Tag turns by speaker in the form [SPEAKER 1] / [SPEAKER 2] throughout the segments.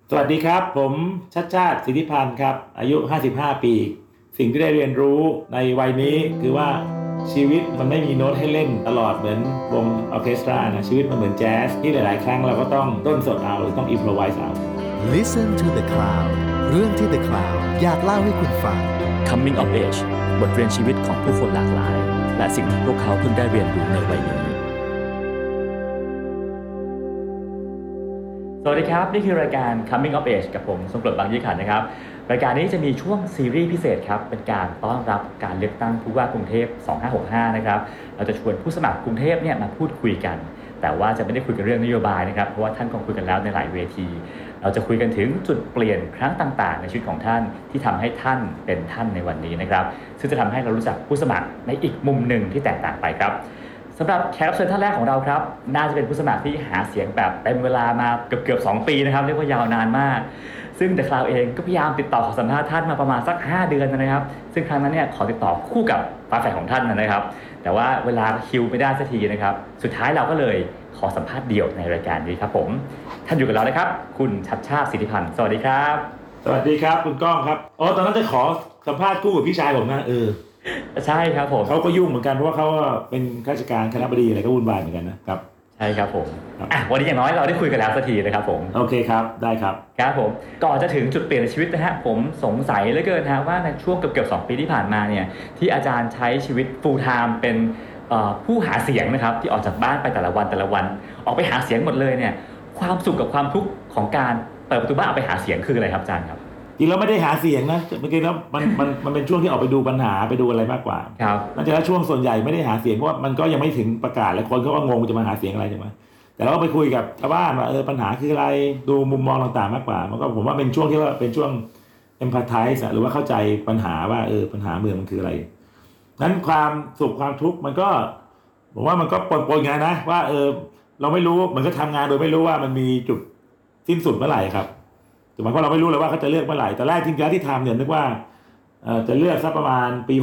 [SPEAKER 1] สวัสดีครับผมชาติสิทธิพันธ์ครับอายุ55ปีสิ่งที่ได้เรียนรู้ในวัยนี้คือว่าชีวิตมันไม่มีโน้ตให้เล่นตลอดเหมือนวงออร์เคสตรานะชีวิตมันเหมือนแจ๊สที่หลายๆครั้งเราก็ต้องต้นสดเอาหรือต้องอิมพรไวส์เอา
[SPEAKER 2] Listen to the Cloud เรื่องที่ The Cloud อยากเล่าให้คุณฟัง
[SPEAKER 3] Coming of Age บทเรียนชีวิตของผู้คนหลากหลายและสิ่งที่พวกเขาเพิ่งได้เรียนรู้ในวัยนี้สวัสดีครับนี่คือรายการ Coming of Age กับผมทรงกรดบางยี่ขันนะครับรายการนี้จะมีช่วงซีรีส์พิเศษครับเป็นการต้อนรับการเลือกตั้งผู้ว่ากรุงเทพ2565นะครับเราจะชวนผู้สมัครกรุงเทพเนี่ยมาพูดคุยกันแต่ว่าจะไม่ได้คุยกันเรื่องนโยบายนะครับเพราะว่าท่านคงคุยกันแล้วในหลายเวทีเราจะคุยกันถึงจุดเปลี่ยนครั้งต่างๆในชีวิตของท่านที่ทำให้ท่านเป็นท่านในวันนี้นะครับซึ่งจะทำให้เรารู้จักผู้สมัครในอีกมุมหนึ่งที่แตกต่างไปครับสำหรับแขกรับเชิญท่านแรกของเราครับน่าจะเป็นผู้สมัครที่หาเสียงแบบเต็มเวลามาเกือบ2 ปีนะครับเรียกว่ายาวนานมากซึ่งThe Cloudเองก็พยายามติดต่อขอสัมภาษณ์ท่านมาประมาณสัก5 เดือนนะครับซึ่งครั้งนั้นเนี่ยขอติดต่อคู่กับฝาแฝดของท่านนะครับแต่ว่าเวลาคิวไม่ได้สักทีนะครับสุดท้ายเราก็เลยขอสัมภาษณ์เดี่ยวในรายการนี้ครับผมท่านอยู่กับเรานะครับคุณชาติสิทธิพันธ์สวัสดีครับ
[SPEAKER 1] สวัสดีครับคุณก้องครับตอนนั้นจะขอสัมภาษณ์คู่กับพี่ชายผมนะ
[SPEAKER 3] ใช่ครับผม
[SPEAKER 1] เขาก็ยุ่งเหมือนกันเพราะว่าเขาเป็นข้าราชการคณบดีอะไรก็วุ่นวายเหมือนกันนะครับ
[SPEAKER 3] ใช่ครับผมวันนี้อย่างน้อยเราได้คุยกันแล้วสักทีนะครับผม
[SPEAKER 1] โอเคครับได้ครับ
[SPEAKER 3] ครับผมก่อนจะถึงจุดเปลี่ยนในชีวิตนะฮะผมสงสัยเหลือเกินนะว่าในช่วงเกือบ2 ปีที่ผ่านมาเนี่ยที่อาจารย์ใช้ชีวิต full time เป็นผู้หาเสียงนะครับที่ออกจากบ้านไปแต่ละวันออกไปหาเสียงหมดเลยเนี่ยความสุขกับความทุกข์ของการเปิดประตูบ้านออกไปหาเสียงคืออะไรครับอาจารย์ครับ
[SPEAKER 1] จริงแล้วไม่ได้หาเสียงนะเมื่อกี้แล้วมันเป็นช่วงที่ออกไปดูปัญหาไปดูอะไรมากกว่า
[SPEAKER 3] ครับ
[SPEAKER 1] นั่นจะช่วงส่วนใหญ่ไม่ได้หาเสียงเพราะว่ามันก็ยังไม่ถึงประกาศและคนเขาก็งงจะมาหาเสียงอะไรใช่ไหมแต่เราก็ไปคุยกับชาวบ้านว่าปัญหาคืออะไรดูมุมมองต่างๆมากกว่ามันก็ผมว่าเป็นช่วงที่ว่าเป็นช่วง empathize หรือว่าเข้าใจปัญหาว่าปัญหาเมืองมันคืออะไรนั้นความสุขความทุกข์มันก็ผมว่ามันก็ปนๆกันนะว่าเราไม่รู้มันก็ทำงานโดยไม่รู้ว่ามันมีจุดสิ้นสุดเมื่อไหร่ครับถูกไหมเพราะเราไม่รู้เลยว่าเขาจะเลือกเมื่อไหร่แต่แรกจริงๆที่ทำเนี่ยนึกว่าจะเลือกสักประมาณปี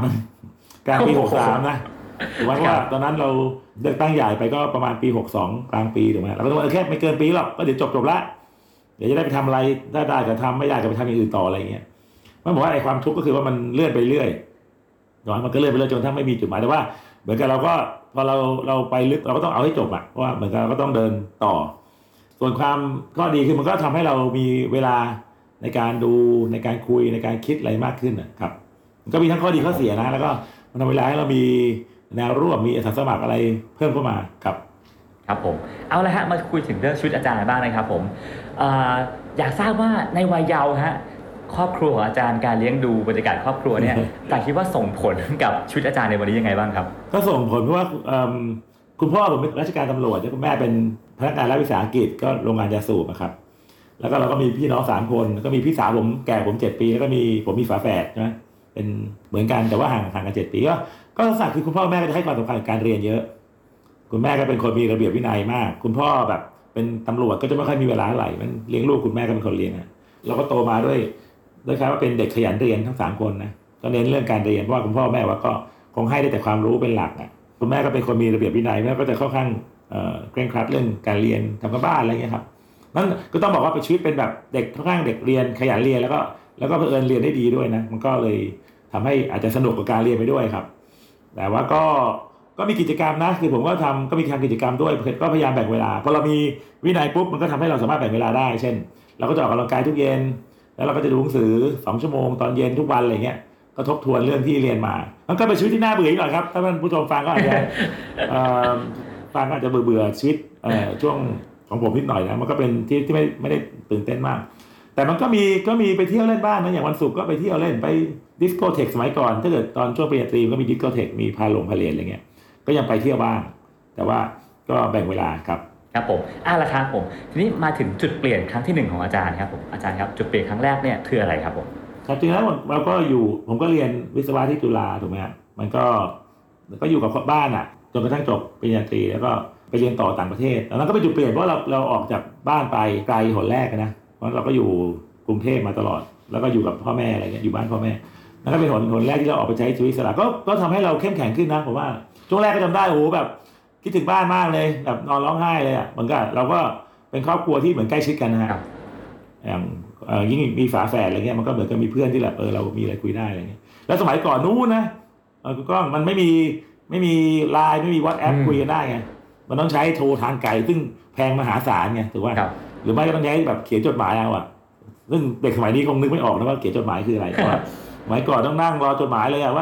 [SPEAKER 1] 63กลางปี63นะถูกไหมว่าตอนนั้นเราเลือกตั้งใหญ่ไปก็ประมาณปี62กลางปีถูกไหมเราก็ต้องแค่ไม่เกินปีหรอกก็เดี๋ยวจบละเดี๋ยวจะได้ไปทำอะไรถ้าได้ก็ทำไม่ได้ก็ไปทำอย่างอื่นต่ออะไรอย่างเงี้ยมันบอกว่าไอ้ความทุกข์ก็คือว่ามันเลื่อนไปเรื่อยมันก็เลื่อนไปเรื่อยจนทั้งไม่มีจุดหมายแต่ว่าเหมือนกับเราก็พอเราไปลึกเราก็ต้องเอาให้จบเพราะว่าเหมือนกับเราก็ต้องเดินต่อส่วนความข้อดีคือมันก็ทำให้เรามีเวลาในการดูในการคุยในการคิดอะไรมากขึ้นนะครับมันก็มีทั้งข้อดีข้อเสียนะแล้วก็มันทำเวลาให้เรามีแนวร่วมมีอาสาสมัครอะไรเพิ่มเข้ามาครับ
[SPEAKER 3] ครับผมเอาละฮะมาคุยถึงเรื่องชีวิตอาจารย์บ้างนะครับผมอยากทราบว่าในวัยเยาว์ฮะครอบครัวของอาจารย์การเลี้ยงดูบรรยากาศครอบครัวเนี่ยอาจารย์คิดว่าส่งผลกับชีวิตอาจารย์ในวันนี้ยังไงบ้างครับ
[SPEAKER 1] ก็ส่งผลเพราะว่าคุณพ่อผมเป็นราชการตำรวจแล้วคุณแม่เป็นพนักงานรัฐวิสาหกิจก็โรงงานยาสูบนะครับแล้วก็เราก็มีพี่น้อง3 คนก็มีพี่สาวผมแก่ผม7 ปีแล้วก็ผมมีฝาแฝดใช่ไหมเป็นเหมือนกันแต่ว่าห่างกัน7 ปีก็ลักษณะคือคุณพ่อแม่ก็จะให้ความสำคัญกับการเรียนเยอะคุณแม่ก็เป็นคนมีระเบียบวินัยมากคุณพ่อแบบเป็นตำรวจก็จะไม่ค่อยมีเวลาไหร่มันเลี้ยงลูกคุณแม่ก็เป็นคนเลี้ยงนะเราก็โตมาด้วยครับว่าเป็นเด็กขยันเรียนทั้ง3 คนนะก็เน้นเรื่องการเรียนเพราะว่าคุณพ่อแม่ว่าก็คงให้ได้แต่ความรู้เป็นหลักอ่ะคุณแม่ก็เป็นคนมีระเบียบวินัยแม่ก็จะค่อนข้างเคร่งครัดเรื่องการเรียนทำกับบ้านอะไรเงี้ยครับนั่นก็ต้องบอกว่าเป็นชีวิตเป็นแบบเด็กค่อนข้างเด็กเรียนขยันเรียนแล้วก็เผอิญเรียนได้ดีด้วยนะมันก็เลยทำให้อาจจะสนุกกับการเรียนไปด้วยครับแต่ว่าก็มีกิจกรรมนะคือผมก็มีทำกิจกรรมด้วยก็พยายามแบ่งเวลาพอเรามีวินัยปุ๊บมันก็ทำให้เราสามารถแบ่งเวลาได้เช่นเราก็จะออกกำลังกายทุกเย็นแล้วเราก็จะดูหนังสือ2 ชั่วโมงตอนเย็นทุกวันอะไรเงี้ยก็ทบทวนเรื่องที่เรียนมามันก็เป็นชีวิตที่น่าเบื่อหน่อยครับถ้าท่านผู้ชมฟังก็อาจจะฟังก็อาจจะเบื่อชีวิตช่วงของผมนิดหน่อยนะมันก็เป็นที่ไม่ได้ตื่นเต้นมากแต่มันก็มีไปเที่ยวเล่นบ้างนะอย่างวันศุกร์ก็ไปเที่ยวเล่นไปดิสโกเทคสมัยก่อนถ้าเกิดตอนช่วงปริญญาตรีก็มีดิสโกเทคมีพาเรียนอะไรเงี้ยก็ยังไปเที่ยวบ้างแต่ว่าก็แบ่งเวลาครับ
[SPEAKER 3] ครับผมละครับผมทีนี้มาถึงจุดเปลี่ยนครั้งที่1ของอาจารย์ครับผมอาจารย์ครับจุดเปลี่ยนครั้งแรกเนี่ยคืออะไรครับผม
[SPEAKER 1] ครับจริงแล้วเราก็ผมก็เรียนวิศวะที่จุฬาถูกไหมครับมันก็อยู่กับบ้านอ่ะจนกระทั่งจบปริญญาตรีแล้วก็ไปเรียนต่อต่างประเทศแล้วนั้นก็เป็นจุดเปลี่ยนเพราะเราออกจากบ้านไปไกลหนแรกนะเพราะเราก็อยู่กรุงเทพมาตลอดแล้วก็อยู่กับพ่อแม่อะไรเงี้ยอยู่บ้านพ่อแม่แล้วก็เป็นหนแรกที่เราออกไปใช้ชีวิตอิสระก็ทำให้เราเข้มแข็งขึ้นนะผมว่าช่วงแรกก็จำได้โอ้แบบคิดถึงบ้านมากเลยแบบนอนร้องไห้เลยอ่ะเหมือนกับเราก็เป็นครอบครัวที่เหมือนใกล้ชิดกันนะครับอย่างยิ่งมีฝาแฝดอะไรเงี้ยมันก็เหมือนกับมีเพื่อนที่แบบเรามีอะไรคุยได้อะไรเงี้ยแล้วสมัยก่อนนู้นนะคุณก้องมันไม่มีไลน์ไม่มี WhatsApp คุยกันได้ไงมันต้องใช้โทรทางไกลซึ่งแพงมหาศาลไงถูกป่ะหรือไม่ก็ต้องใช้แบบเขียนจดหมายเอาซึ่งเด็กสมัยนี้คงนึกไม่ออกนะว่าเขียนจดหมายคืออะไรเพราะว่าสมัยก่อนต้องนั่งรอจดหมายเลยว่า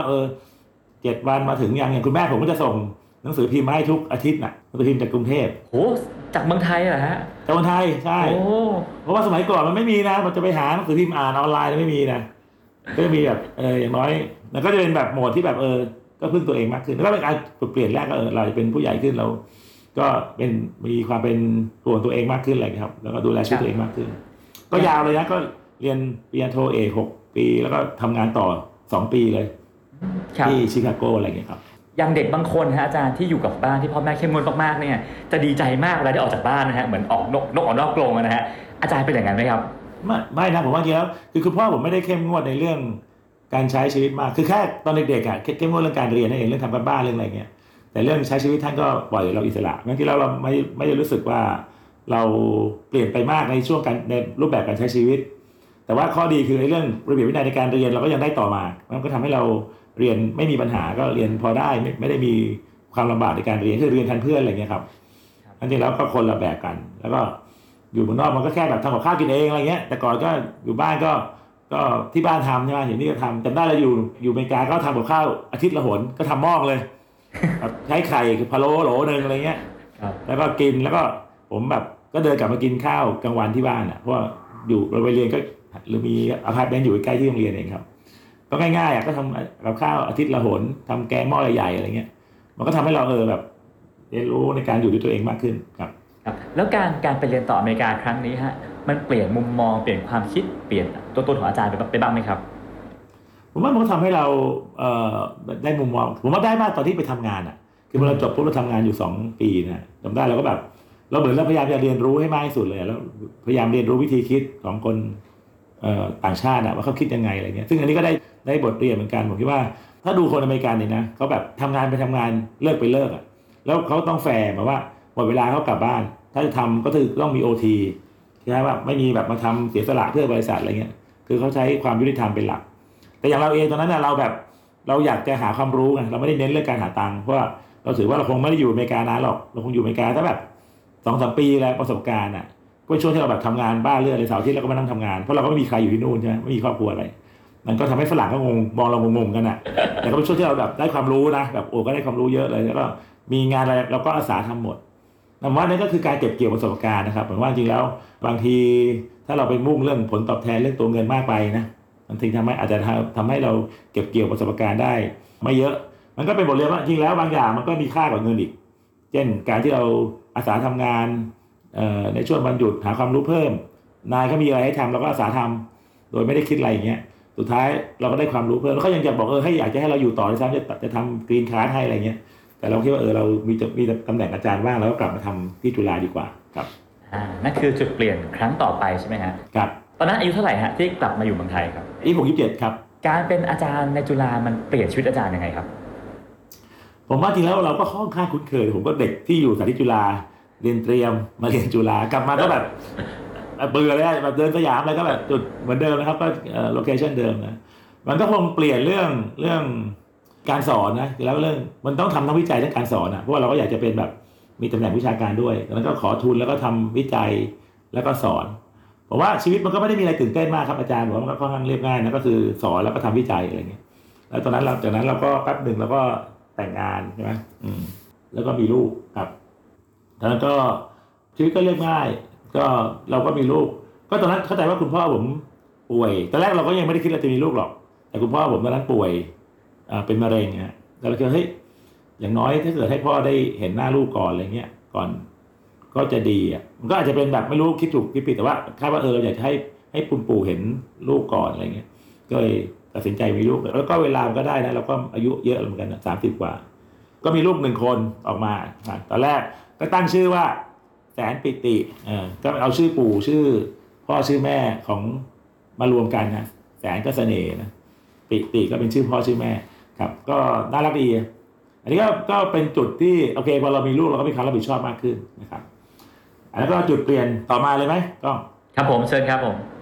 [SPEAKER 1] 7 วันมาถึงอย่างคุณแม่ผมก็จะส่งหนังสือพิมพ์มาให้ทุกอาทิตย์น่ะหนังสือพิมพ์จากกรุงเทพ
[SPEAKER 3] โอ้จากเมืองไทยเหรอฮะ
[SPEAKER 1] จากเมืองไทยใช่เพราะว่าสมัยก่อนมันไม่มีนะมันจะไปหาหนังสือพิมพ์อ่านออนไลน์ไม่มีนะก็จะมีแบบอย่างน้อยมันก็จะเป็นแบบโหมดที่แบบก็พึ่งตัวเองมากขึ้นแล้วก็เป็นการเปลี่ยนแรกก็เราจะเป็นผู้ใหญ่ขึ้นเราก็เป็นมีความเป็นตัวเองมากขึ้นอะไรครับแล้วก็ดูแลชีวิตตัวเองมากขึ้นก็ยาวเลยนะก็เรียนปริญญาโทเอก6 ปีแล้วก็ทำงานต่อ2 ปีเลยที่ชิคาโกอะไรอย่างเงี้ยครับ
[SPEAKER 3] อย่างเด็กบางคนฮะอาจารย์ที่อยู่กับบ้านที่พ่อแม่เข้มงวดมากๆเนี่ยจะดีใจมากเวลาได้ออกจากบ้านนะฮะเหมือนออกนกออกนอกกรงนะฮะอาจารย์เป็นอย่างนั้นไหมครับ
[SPEAKER 1] ไม่นะผมว่าจริงแล้วคือพ่อผมไม่ได้เข้มงวดในเรื่องการใช้ชีวิตมากคือแค่ตอนเด็กๆเข้มงวดเรื่องการเรียนนั่นเองเรื่องทำการบ้านเรื่องอะไรเงี้ยแต่เรื่องใช้ชีวิตท่านก็ปล่อยเราอิสระบางทีเราไม่ได้รู้สึกว่าเราเปลี่ยนไปมากในช่วงการในรูปแบบการใช้ชีวิตแต่ว่าข้อดีคือในเรื่องระเบียบวินัยในการเรียนเราก็ยังได้ต่อมามันก็ทำให้เราเรียนไม่มีปัญหาก็เรียนพอได้ไม่ได้มีความลำบากในการเรียนคือเรียนทันเพื่อนอะไรเงี้ยครับจริงๆแล้วก็คนละแบบกันแล้วก็อยู่เมืองนอกมันก็แค่แบบทำกับข้าวกินเองอะไรเงี้ยแต่ก่อนก็อยู่บ้านก็ที่บ้านทำใช่ไหมอย่างนี้ก็ทำจำได้เราอยู่อเมริกาก็ทำกับข้าวอาทิตย์ละหนก็ทำหม้อเลยใช้ไข่พะโล้โหลนึงอะไรเงี้ยแล้วก็กินแล้วก็ผมแบบก็เดินกลับมากินข้าวกลางวันที่บ้านอ่ะเพราะว่าอยู่เราไปเรียนก็หรือมีอพาร์ตเมนต์อยู่ใกล้ที่โรงเรียนเองครับก็ง่ายๆก็ทำกับข้าวอาทิตย์ละหนทำแกงหม้อใหญ่ๆอะไรเงี้ยมันก็ทำให้เราแบบเรียนรู้ในการอยู่ด้วยตัวเองมากขึ้นครับ
[SPEAKER 3] แล้วการไปเรียนต่ออเมริกาครั้งนี้ฮะมันเปลี่ยนมุมมองเปลี่ยนความคิดเปลี่ยนตัวตนของอาจารย์ไปบ้างไหมครับ
[SPEAKER 1] ผมว่ามันก็ทำให้เราได้มุมมองผมว่าได้มากตอนที่ไปทำงานอ่ะคือเมื่อเราจบปุ๊บเราทำงานอยู่2 ปีนะจำได้เราก็แบบเราเหมือนเราพยายามจะเรียนรู้ให้มากที่สุดเลยแล้วพยายามเรียนรู้วิธีคิดของคนต่างชาติว่าเขาคิดยังไงอะไรเงี้ยซึ่งอันนี้ก็ได้บทเรียนเหมือนกันผมคิดว่าถ้าดูคนอเมริกันเนี่ยนะเขาแบบทำงานไปทำงานเลิกไปเลิกอ่ะแล้วเขาต้องแฟร์หมายว่าหมดเวลาเขากลับบ้านถ้าจะทำก็คือต้องมี OT ใช่ไหมว่าไม่มีแบบมาทำเสียสละเพื่อบริษัทอะไรเงี้ยคือเขาใช้ความยุติธรรมเป็นหลักแต่อย่างเราเองตอนนั้นเราแบบเราอยากจะหาความรู้ไงเราไม่ได้เน้นเรื่องการหาตังค์เพราะว่าเราถือว่าเราคงไม่ได้อยู่อเมริกานานหรอกเราคงอยู่อเมริกาถ้าแบบ2-3 ปีแล้วประสบการณ์อ่ะก็ช่วงที่เราแบบทำงานบ้าเรื่องในเสาร์อาทิตย์เราก็มานั่งทำงานเพราะเราก็ไม่มีใครอยู่ที่นู่นใช่ไหมไม่มีครอบครัวอะไรมันก็ทำให้ฝรั่งก็งงมองเรางงๆกันอ่ะแต่ก็เป็นช่วงที่เราแบบได้ความรู้นะแบบก็ได้ความรู้เยอะเลยแล้วก็มีงานอะไรเราก็อาสาทำหมดผมว่านี่ก็คือการเก็บเกี่ยวประสบการณ์นะครับผมว่าจริงแล้วบางทีถ้าเราไปมุ่งเรื่องผลตอบแทนเรื่องตัวเงินมากไปนะมันถึงอาจจะทำให้เราเก็บเกี่ยวประสบการณ์ได้ไม่เยอะมันก็เป็นบทเรียนว่าจริงแล้วบางอย่างมันก็มีค่ากว่าเงินอีกเช่นการที่เราอาสาทำงานในช่วงวันหยุดหาความรู้เพิ่มนายเขามีอะไรให้ทำเราก็อาสาทำโดยไม่ได้คิดอะไรอย่างเงี้ยสุดท้ายเราก็ได้ความรู้เพิ่มแล้วเขายังจะบอกให้อยากจะให้เราอยู่ต่อด้วยซ้ำจะทำกรีนการ์ดให้อะไรเงี้ยแต่เราคิดว่าเรามีตำแหน่งอาจารย์ว่างแล้วก็กลับมาทำที่จุฬาดีกว่าครับ
[SPEAKER 3] นั่นคือจุดเปลี่ยนครั้งต่อไปใช่ไหมฮะ
[SPEAKER 1] ครับ
[SPEAKER 3] ตอนนั้นอายุเท่าไหร่ฮะที่กลับมาอยู่เมืองไทยครับ
[SPEAKER 1] 27ครับ
[SPEAKER 3] การเป็นอาจารย์ในจุฬามันเปลี่ยนชีวิตอาจารย์ยังไงครับ
[SPEAKER 1] ผมว่าจริงแล้วเราก็ค่อนข้างคุ้นเคยผมก็เด็กที่อยู่สาธิตจุฬาเรียนเตรียมมาเรียนจุฬากลับมาก็แบบเบื่อเลยแบบเดินสยามอะไรก็แบบจุดเหมือนเดิมนะครับก็โลเคชั่นเดิมนะมันก็คงเปลี่ยนเรื่องการสอนนะแล้วเรื่องมันต้องทำทั้งวิจัยและการสอนเพราะว่าเราก็อยากจะเป็นแบบมีตำแหน่งวิชาการด้วยแล้วก็ขอทุนแล้วก็ทำวิจัยแล้วก็สอนผมว่าชีวิตมันก็ไม่ได้มีอะไรตื่นเต้นมากครับอาจารย์ผมว่ามันก็ค่อนข้างเรียบง่ายนะก็คือสอนแล้วก็ทำวิจัยอะไรเงี้ยแล้วตอนนั้นจากนั้นเราก็แป๊บหนึ่งเราก็แต่งงานใช่ไหมแล้วก็มีลูกครับตอนนั้นก็ชีวิตก็เรียบง่ายก็เราก็มีลูกก็ตอนนั้นเข้าใจว่าคุณพ่อผมป่วยตอนแรกเราก็ยังไม่ได้คิดว่าจะมีลูกหรอกแต่คุณพ่อผมตอนนั้นป่วยเป็นมะเร็งฮะแล้วเราคิดเฮ้ยอย่างน้อยถ้าเกิดให้พ่อได้เห็นหน้าลูกก่อนอะไรเงี้ยก่อนก็จะดีมันก็อาจจะเป็นแบบไม่รู้คิดถูกคิดผิดแต่ว่าคาดว่าเราอยากจะให้คุณปู่เห็นลูกก่อนอะไรเงี้ยก็เลยตัดสินใจมีลูกแล้วก็เวลามันก็ได้นะเราก็อายุเยอะเหมือนกัน30 กว่าก็มีลูก1 คนออกมาตอนแรกก็ตั้งชื่อว่าแสนปิติก็เอาชื่อปู่ชื่อพ่อชื่อแม่ของมารวมกันนะแสนก็เสน่ห์นะปิติก็เป็นชื่อพ่อชื่อแม่ครับก็น่ารักดีอันนี้ก็เป็นจุดที่โอเคพอเรามีลูกเราก็มีความรับผิดชอบมากขึ้นนะครับแล้วก็จุดเปลี่ยนต่อมาเลยไหมก็
[SPEAKER 3] ครับผมเชิญครับผม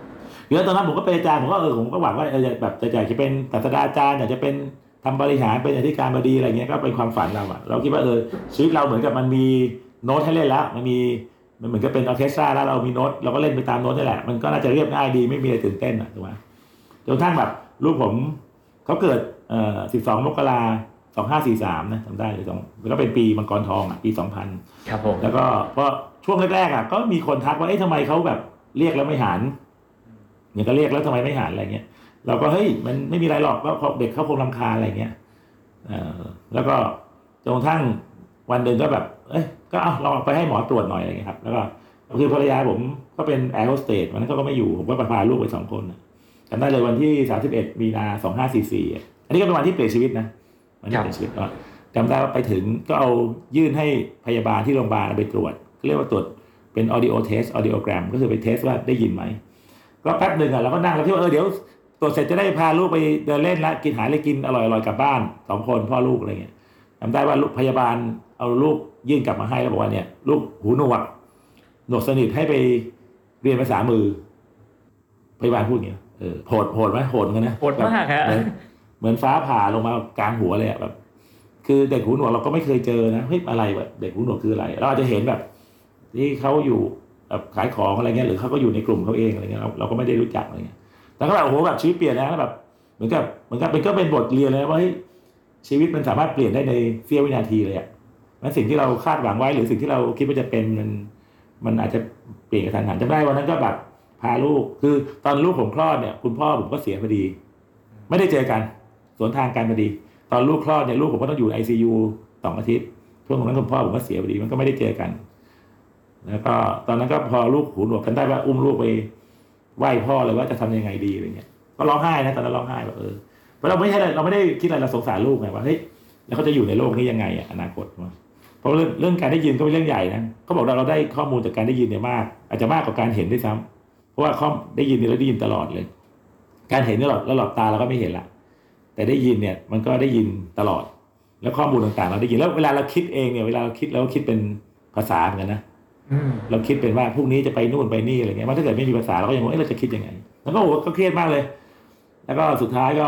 [SPEAKER 1] แล้วตอนนั้นผมก็เป็นอาจารย์ผมก็หวังว่าแบบอยากจะเป็นศาสตราจารย์อยากจะเป็นทำบริหารเป็นอธิการบดีอะไรเงี้ยก็เป็นความฝันเราอะเราคิดว่าชีวิตเราเหมือนกับมันมีโน้ตให้เล่นแล้วมันเหมือนกับเป็นออร์เคสตราแล้วเรามีโน้ตเราก็เล่นไปตามโน้ตนี่แหละมันก็น่าจะเรียบง่ายดีไม่มีอะไรตื่นเต้นอะถูกไหมจนกระทั่งแบบลูกผมเขาเกิด12 มกราคม 2543นะจำได้เลยแล้วเป็นปีมังกรทองอ่ะปี 2000
[SPEAKER 3] ครับผม
[SPEAKER 1] แล้วก็เพราะช่วงแรกๆอ่ะก็มีคนทักว่าทำไมเขาแบบเรียกแล้วไม่หันเนี่ยก็เรียกแล้วทำไมไม่หันอะไรเงี้ยเราก็เฮ้ยมันไม่มีอะไรหรอกก็เด็กเขาคงรำคาญอะไรเงี้ยแล้วก็จนกระทั่งวันหนึ่งก็แบบก็ลองไปให้หมอตรวจหน่อยอะไรเงี้ยครับแล้วก็คือภรรยาผมก็เป็นแอร์โฮสเตสวันนั้นเขาก็ไม่อยู่ผมก็พาลูกไป2 คนจำได้เลยวันที่31 มีนา 2544อันนี้ก็เป็นวันที่เปลี่ยนชีวิตนะวันที่เปลี่ยนชีวิตก็จำได้ว่าไปถึงก็เอายื่นให้พยาบาลที่โรงพยาบาลไปตรวจเรียกว่าตรวจเป็น audio test audiogram ก็คือไปเทสว่าได้ยินไหมก็แป๊บหนึ่งเราก็นั่งแล้วที่ว่าเดี๋ยวตรวจเสร็จจะได้พาลูกไปเดินเล่นละกินหาอะไรกินอร่อยๆกลับบ้าน2 คนพ่อลูกอะไรเงี้ยจำได้ว่าลูกพยาบาลเอาลูกยื่นกลับมาให้แล้วบอกว่าเนี่ยลูกหูหนวกสนิทให้ไปเรียนภาษามือพยาบาลพูดอย่างเงี้ยโหดไหมโหดกันนะ
[SPEAKER 3] โหดมากฮะ
[SPEAKER 1] เหมือนฟ้าผ่าลงมากลางหัวเลยแบบคือเด็กหูหนวกเราก็ไม่เคยเจอนะเฮ้ยอะไรแบบเด็กหูหนวกคืออะไรเราอาจจะเห็นแบบที่เขาอยู่แบบขายของอะไรเงี้ยหรือเขาก็อยู่ในกลุ่มเขาเองอะไรเงี้ยเราก็ไม่ได้รู้จักอะไรเงี้ยแต่ก็แบบโอ้โหแบบชีวิตเปลี่ยนนะแบบเหมือนกับเป็นก็เป็นบทเรียนเลยว่าเฮ้ยชีวิตมันสามารถเปลี่ยนได้ในเสี้ยววินาทีเลยอ่ะแล้วสิ่งที่เราคาดหวังไว้หรือสิ่งที่เราคิดว่าจะเป็นมันอาจจะเปลี่ยนกระทันหันจำได้วันนั้นก็แบบพาลูกคือตอนลูกผมคลอดเนี่ยคุณพ่อผมก็เสียพอดีไม่ได้เจอกันสวนทางกันพอดีตอนลูกคลอดเนี่ยลูกผมก็ต้องอยู่ ICU 2 อาทิตย์ช่วงนั้นคุณพ่อผมก็เสียพอดีมันก็ไม่ได้เจอกันแล้วก็ตอนนั้นก็พอลูกหูหนวกกันได้ว่าอุ้มลูกไปไหว้พ่อเลยว่าจะทำยังไงดีอะไรเงี้ยก็ร้องไห้นะตอนนั้นร้องไห้แบบเพราะเราไม่ได้คิดอะไรเราสงสารลูกไงว่าเฮ้ยแล้วเขาจะอยู่ในโลกนี้ยังไงอนาคตเพราะเรื่องการได้ยินก็เป็นเรื่องใหญ่นะเขาบอกเราได้ข้อมูลจากการได้ยินเนี่ยมากอาจจะมากกว่าการเห็นด้วยซ้ำเพราะว่าได้ยินเนี่ยเราได้ยินตลอดเลยการเห็นเนี่ยเราหลับตาเราก็ไม่เห็นละแต่ได้ยินเนี่ยมันก็ได้ยินตลอดแล้วข้อมูลต่างๆเราได้ยินแล้วเวลาเราคิดเองเนี่ยเวลาเราคิดเป็นภาษาเหมือนกันนะเราคิดเป็นว่าพรุ่งนี้จะไปนู่นไปนี่อะไรเงี้ยว่าถ้าเกิดไม่มีภาษาเราก็ยังงงเราจะคิดยังไงแล้วก็เครียดมากเลยแล้วก็สุดท้ายก็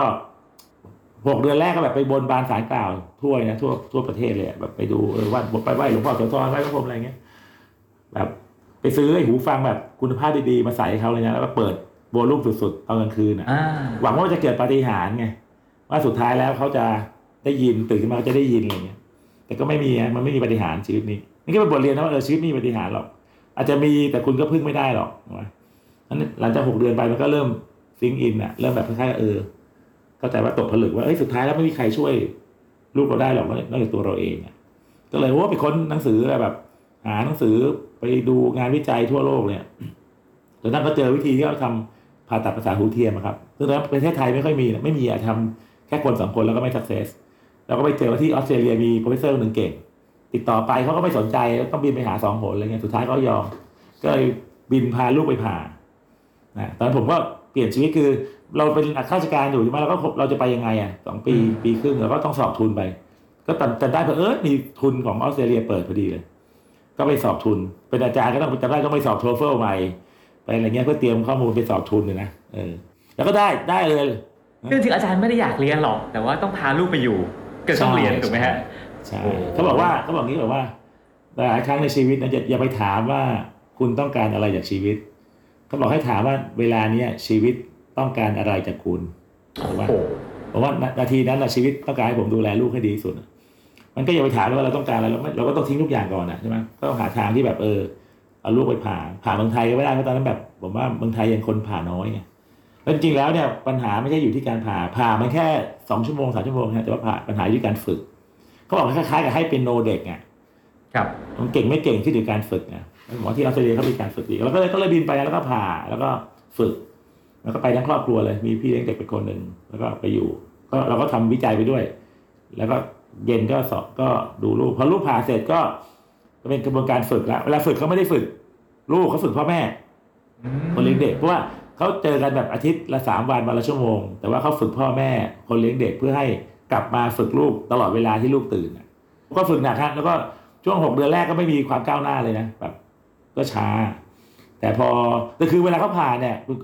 [SPEAKER 1] 6 เดือนแรกก็แบบไปบนบานศาลกล่าวทั่วประเทศเลยแบบไปดูวัดไปไหว้หลวงพ่อโสธรไหว้พระพรหมอะไรเงี้ยแบบไปซื้อหูฟังแบบคุณภาพดีๆมาใส่ให้เขาเลยนะแล้วก็เปิดโวลูมสุดๆตอนกลางคืนหวังว่าจะเกิดปาฏิหาริย์ไงว่าสุดท้ายแล้วเขาจะได้ยินตื่นขึ้นมาจะได้ยินอะไรเงี้ยแต่ก็ไม่มีมันไม่มีปาฏิหาริย์ชีวิตนี้นี่ก็เป็นบทเรียนนะว่าชีวิตไม่มีปาฏิหาริย์หรอกอาจจะมีแต่คุณก็พึ่งไม่ได้หรอกนะหลังจาก6 เดือนไปมันก็เริ่มซิงค์อินเริ่มแบบคล้ายๆเข้าใจว่าตกผลึกว่าสุดท้ายแล้วไม่มีใครช่วยลูกเราได้หรอกนอกจากตัวเราเองก็เลยไปค้นหนังสืออะไรแบบหาหนังสือไปดูงานวิจัยทั่วโลกเนี่ยจนนั้นก็เจอวิธีที่เขาทำผ่าตัดประสาทหูเทียมครับซึ่งในประเทศไทยไม่ค่อยมีไม่มีทำแค่คน2 คนแล้วก็ไม่สักเซสแล้วก็ไปเจอที่ออสเตรเลียมีโปรเฟสเซอร์หนึ่งเก่งติดต่อไปเขาก็ไม่สนใจต้องบินไปหา2 หนอะไรเงี้ยสุดท้ายก็ยอมก็เลยบินพาลูกไปผ่าตอนผมก็เปลี่ยนชีวิตคือเราเป็นข้าราชการอยู่ใช่ไหมเราจะไปยังไง2 ปีครึ่งเราก็ต้องสอบทุนไปก็แต่ได้มีทุนของออสเตรเลียเปิดพอดีเลยก็ไปสอบทุนเป็นอาจารย์ก็ต้องไปสอบโทเฟลใหม่ไปอะไรเงี้ยเพื่อเตรียมข้อมูลไปสอบทุนเลยนะแล้วก็ได้เลย
[SPEAKER 3] ซึ่งถึงอาจารย์ไม่ได้อยากเรียนหรอกแต่ว่าต้องพาลูกไปอยู่ก็ต้องเรียนถูกไหมฮะ
[SPEAKER 1] ใช่เขาบอกงี้แบบว่าหลายครั้งในชีวิตนะอย่าไปถามว่าคุณต้องการอะไรจากชีวิตเขาบอกให้ถามว่าเวลานี้ชีวิตต้องการอะไรจากคุณถูกไหมผมว่านาทีนั้นชีวิตต้องการให้ผมดูแลลูกให้ดีที่สุดมันก็อย่าไปถามว่าเราต้องการอะไรเราก็ต้องทิ้งทุกอย่างก่อนใช่ไหมก็ต้องหาทางที่แบบเอาลูกไปผ่าเมืองไทยก็ไม่ได้เพราะตอนนั้นแบบผมว่าเมืองไทยยังคนผ่าน้อยไงแล้วจริงๆแล้วเนี่ยปัญหาไม่ใช่อยู่ที่การผ่ามันแค่2 ชั่วโมง3 ชั่วโมงนะแต่ว่าปัญหาอยู่ที่การฝึกเขาบอกคล้ายๆกับให้เป็นโนเด็ก
[SPEAKER 3] ครับ
[SPEAKER 1] มันเก่งไม่เก่งที่อยู่การฝึกหมอที่ออสเตรเลียเขามีการฝึกดีแล้วก็เลยบินไปแล้วก็ผ่าแล้วก็ฝึกแล้วก็ไปทั้งครอบครัวเลยมีพี่เลี้ยงเด็กเป็นคนหนึ่งแล้วก็ไปอยู่ก็เราก็ทำวิจัยไปด้วยแล้วก็เย็นก็สอบก็ดูลูกพอลูกผ่าเสร็จก็เป็นกระบวนการฝึกแล้วเวลาฝึกเขาไม่ได้ฝึกลูกเขาฝึกพ่อแม่คนเลี้ยงเด็กเพราะว่าเขาเจอกันแบบอาทิตย์ละ3 วันละชั่วโมงแต่ว่าเขาฝึกพ่อแม่คนเลี้ยงเด็กเพื่อให้กลับมาฝึกลูกตลอดเวลาที่ลูกตื่นก็ฝึกหนักแล้วก็ช่วง6 เดือนแรกก็ไม่มีความก้าวหน้าเลยนะแบบก็ช้าแต่คือเวลาเขาผ่าเนี่ยคุณก้อง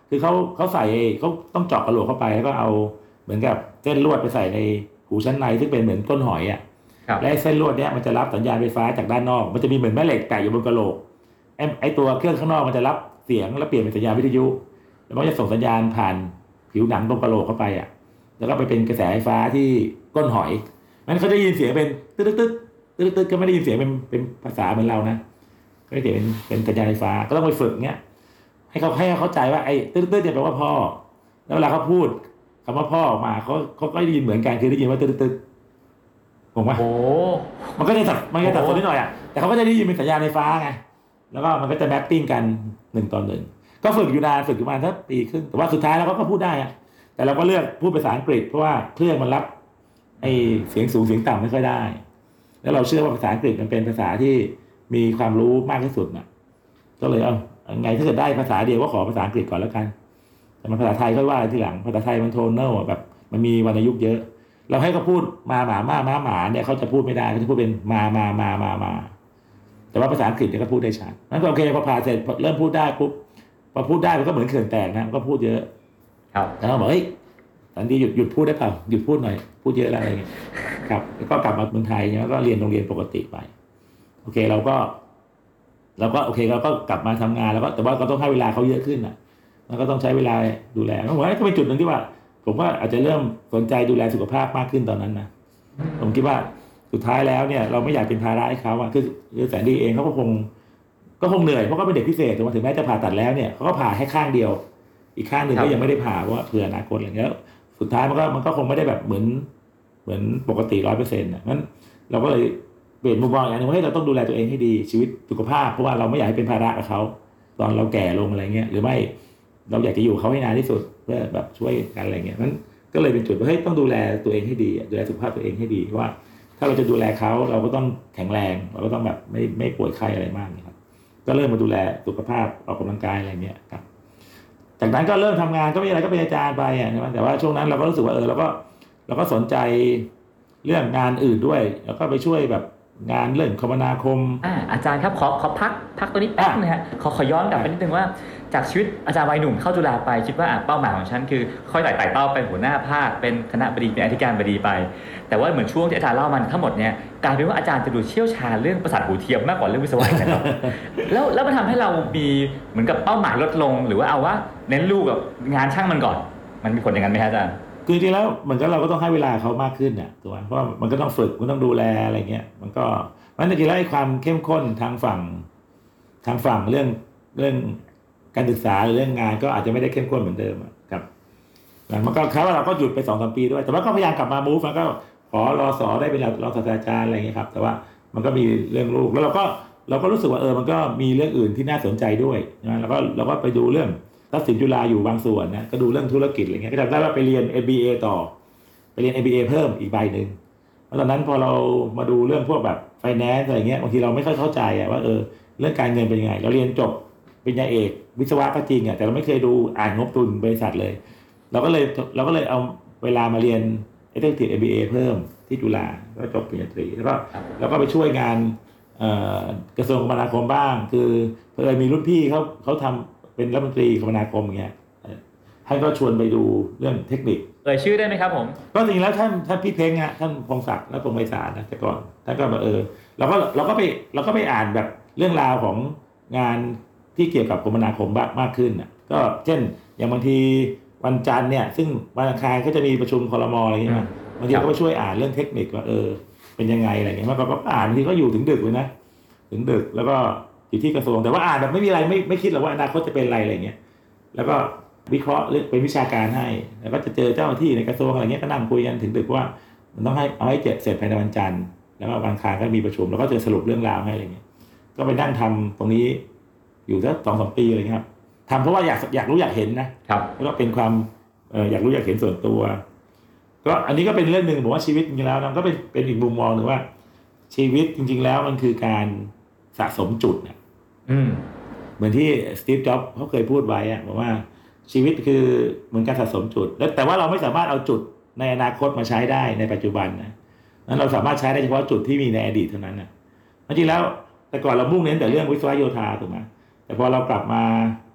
[SPEAKER 1] คือเขาใส่เขาต้องเจาะกระโหลกเข้าไปแล้วก็เอาเหมือนกับเส้นลวดไปใส่ในหูชั้นในซึ่งเป็นเหมือนก้นหอยอ่ะ
[SPEAKER 3] ครับ
[SPEAKER 1] และเส้นลวดเนี้ยมันจะรับสัญญาณไฟฟ้าจากด้านนอกมันจะมีเหมือนแม่เหล็กแตะอยู่บนกระโหลกไอ้ตัวเครื่องข้างนอกมันจะรับเสียงแล้วเปลี่ยนเป็นสัญญาณวิทยุแล้วมันจะส่งสัญญาณผ่านผิวหนังตรงกระโหลกเข้าไปอ่ะแล้วก็ไปเป็นกระแสไฟฟ้าที่ก้นหอยมันเขาจะยินเสียงเป็นตึ๊ดตึ๊ดตึ๊ดตึ๊ดก็ไม่ได้ยินเสียงเป็นภาษาเหมือนเรานะก็ได้เสียงเป็นสัญญาณไฟฟ้าก็ต้องไปฝึกเนี้ยให้เขาเข้าใจว่าไอ้ตึ๊ดตึ๊ดเนี่ยแปลว่าพ่อแล้วเวลาเขาพูดคำว่าพ่อออกมาเขาก็ได้ยินเหมือนกันคือได้ยินว่าตึ๊ดตึ๊ดผมว่า
[SPEAKER 3] โอ้
[SPEAKER 1] มันก็จะสับสนนิดหน่อยอ่ะแต่เขาก็จะได้ยินเป็นสัญญาณไฟฟ้าไงแล้วก็มันก็จะแมปปิ้งกัน1 ต่อ 1ก็ฝึกอยู่นานฝึกอยู่ประมาณสักปีครึ่งแต่ว่าสุดท้ายเราก็พูดได้อ่ะแต่เราก็เลือกพูดภาษาอังกฤษเพราะว่าเครื่องมันรับไอ้เสียงสูงเสียงต่ำไม่ค่อยได้แล้วเราเชื่อว่าภาษาอังกฤษมันเป็นภาษาที่มีความรู้มากที่สุดน่ะก็เลยเอาไงถ้าเกิดได้ภาษาเดียวก็ขอภาษาอังกฤษก่อนแล้วกันแต่มันภาษาไทยค่อยว่าทีหลังภาษาไทยมันโทนเนลแบบมันมีวรรณยุกต์เยอะเราให้เขาพูดมาหมาเนี่ยเขาจะพูดไม่ได้เขาจะพูดเป็นมาแต่ว่าภาษาอังกฤษเนี่ยก็พูดได้ชัดนั้นก็โอเคพอผ่านเสร็จเริ่มพูดได้ปุ๊บพอพูดได้มันก็เหมือนเขื่อนแตกนะมันก็พูดเยอะ
[SPEAKER 3] ครับ
[SPEAKER 1] แล้วเราบอกเฮ้ยสันดีหยุดพูดได้เปล่าหยุดพูดหน่อยพูดเยอะแล้วอะไรเงี้ยครับแล้วก็กลับมาเมืองไทยแล้วก็เรียนโรงเรียนปกติไปโอเคเราก็โอเคเราก็กลับมาทำงานแล้วก็แต่ว่าก็ต้องให้เวลาเขาเยอะขึ้นอ่ะแล้วก็ต้องใช้เวลาดูแลผมว่าก็เป็นจุดหนึ่งที่ว่าผมก็อาจจะเริ่มสนใจดูแลสุขภาพมากขึ้นตอนนั้นนะผมคิดว่าสุดท้ายแล้วเนี่ยเราไม่อยากเป็นภาระให้เขาอ่ะคือแสนดีเองเขาก็คงเหนื่อยเพราะก็เป็นเด็กพิเศษถึงแม้จะผ่าตัดแล้วเนี่ยเขาก็ผ่าแค่ข้างเดียวอีกข้างหนึ่งก็ยังไม่ได้ผ่าเพราะว่าเผื่ออนาคตอะไรเงี้ยสุดท้ายมันก็คงไม่ได้แบบเหมือนปกติ 100%นะงั้นเราก็เลยเปลี่ยนมุมมองอย่างนึงว่าเราต้องดูแลตัวเองให้ดีชีวิตสุขภาพเพราะว่าเราไม่อยากให้เป็นภาระกับเขาตอนเราแก่ลงอะไรเงี้ยหรือไม่เราอยากจะอยู่เขาให้นานที่สุดเพื่อแบบช่วยกันอะไรเงี้ยนั้นก็เลยเป็นจุดว่าเฮ้ยต้องดูแลตัวเองให้ดีดูแลสุขภาพตัวเองให้ดีเพราะว่าถ้าเราจะดูแลเขาเราก็ต้องแข็งแรงเราก็ต้องแบบไม่ป่วยไข้อะไรมากนะครับก็เริ่มมาดูแลสุขภาพออกกำลังกายอะไรเงี้ยครับจากนั้นก็เริ่มทำงานก็ไม่มีอะไรก็เป็นอาจารย์ไปอ่ะใช่ไหมแต่ว่าช่วงนั้นเราก็รู้สึกว่าเราก็สนใจเรื่องงานอื่นด้วยแล้วก็ไปช่วยแบบงานเรื่องคมนาคม
[SPEAKER 3] อาจารย์ครับขอพักตัวนี้แป๊บนึงฮะขอย้อนกลับไปนิดนึงว่าจากชีวิตอาจารย์วัยหนุ่มเข้าจุฬาไปคิดว่าเป้าหมายของฉันคือค่อยไต่เต้าเป็นหัวหน้าภาคเป็นคณะบดีเป็นอธิการบดีไปแต่ว่าเหมือนช่วงที่อาจารย์เล่ามันทั้งหมดเนี่ยกลายเป็นว่าอาจารย์จะดูเชี่ยวชาญเรื่องประสาทหูเทียมมากกว่าเรื่องวิศวะนะครับ แล้วมันทำให้เรามีเหมือนกับเป้าหมายลดลงหรือว่าเอาว่าเน้นลูกกับงานช่างมันก่อนมันมีผลอย่างนั้นไหมฮะอาจารย์
[SPEAKER 1] คือจริงๆแล้วเหมือนกับเราก็ต้องให้เวลาเขามากขึ้นเนี่ยถูกไหมเพราะว่ามันก็ต้องฝึกมันต้องดูแลอะไรเงี้ยมันจริงๆแล้วไอ้ความเข้มข้นทางฝั่งเรื่องการศึกษาหรือเรื่องงานก็อาจจะไม่ได้เข้มข้นเหมือนเดิมครับมันก็คล้ายว่าเราก็หยุดไป2-3 ปีด้วยแต่ว่าก็พยายามกลับมามูฟแล้วก็ขอรอสอได้เป็นรองศาสตราจารย์อะไรเงี้ยครับแต่ว่ามันก็มีเรื่องลูกแล้วเราก็รู้สึกว่ามันก็มีเรื่องอื่นที่น่าสนใจด้วยนะเราก็ไปดูเรื่องทัศนจุฬาอยู่บางส่วนนะก็ดูเรื่องธุรกิจอะไรเงี้ยก็จำได้ว่าไปเรียน MBA ต่อไปเรียน MBA เพิ่มอีกใบหนึ่งแล้วตอนนั้นพอเรามาดูเรื่องพวกแบบไฟแนนซ์อะไรเงี้ยบางทีเราไม่ค่อยเข้าใจว่าเรื่องการเงินเป็นยังไงเราเรียนจบปริญญาเอกวิศวะก็จริงแต่เราไม่เคยดูอ่านงบดุลบริษัทเลยเราก็เลยเอาเวลามาเรียน Executive MBA เพิ่มที่จุฬาก็จบปริญญาตรีแล้วก็ไปช่วยงานกระทรวงคมนาคมบ้างคือเพื่อมีรุ่นพี่เขาทำเป็นรัฐมนตรีคมนาคมอย่างเงี้ยท่านก็ชวนไปดูเรื่องเทคนิค
[SPEAKER 3] ชื่อได้ไหมครับผม
[SPEAKER 1] ก็จริงแล้วท่านพี่เพ้งอ่ะท่านพงศักดิ์และพงไพศาลนะแต่ก่อนท่านก็แบบเราก็ไปอ่านแบบเรื่องราวของงานที่เกี่ยวกับคมนาคมมากขึ้นอ่ะก็เช่นอย่างบางทีวันจันทร์เนี่ยซึ่งวันอังคารก็จะมีประชุมครม.อะไรอย่างเงี้ยบางทีก็ไปช่วยอ่านเรื่องเทคนิคว่าเป็นยังไงอะไรเงี้ยมันก็อ่านทีก็อยู่ถึงดึกเลยนะถึงดึกแล้วก็อยู่ที่กระทรวงแต่ว่าอ่านแบบไม่มีอะไรไม่คิดหรอกว่าอนาคตจะเป็นอะไรเงี้ยแล้วก็วิเคราะห์เป็นวิชาการให้แล้วก็จะเจอเจ้าหน้าที่ในกระทรวงอะไรเงี้ยก็นั่งคุยกันถึงดึกว่ามันต้องเอาให้เสร็จภายในวันจันทร์แล้วก็วันอังคารก็มีประชุมแล้วก็จะสรุปเรื่องราวให้อะไรเงี้ยก็ไปนั่งทำตรงนี้อยู่สัก2-3 ปีอะไรเงี้ยครับทำเพราะว่าอยากรู้อยากเห็นนะครับแล้วก็เป็นความอยากรู้อยากเห็นส่วนตัวก็อันนี้ก็เป็นเรื่องหนึ่งผมว่าชีวิตจริงๆแล้วมันก็เป็นอีกมุมมองหนึ่งว่าชีวิตจริงๆแล้วมันคือการสะสมจุดเนี่ยเหมือนที่สตีฟจ็อบส์เขาเคยพูดไว้บอกว่าชีวิตคือเหมือนการสะสมจุดแล้วแต่ว่าเราไม่สามารถเอาจุดในอนาคตมาใช้ได้ในปัจจุบันนะนั้นเราสามารถใช้ได้เฉพาะจุดที่มีในอดีตเท่านั้นนะจริงๆแล้วแต่ก่อนเรามุ่งเน้นแต่เรื่องวิศวะโยธาถูกไหมแต่พอเรากลับมา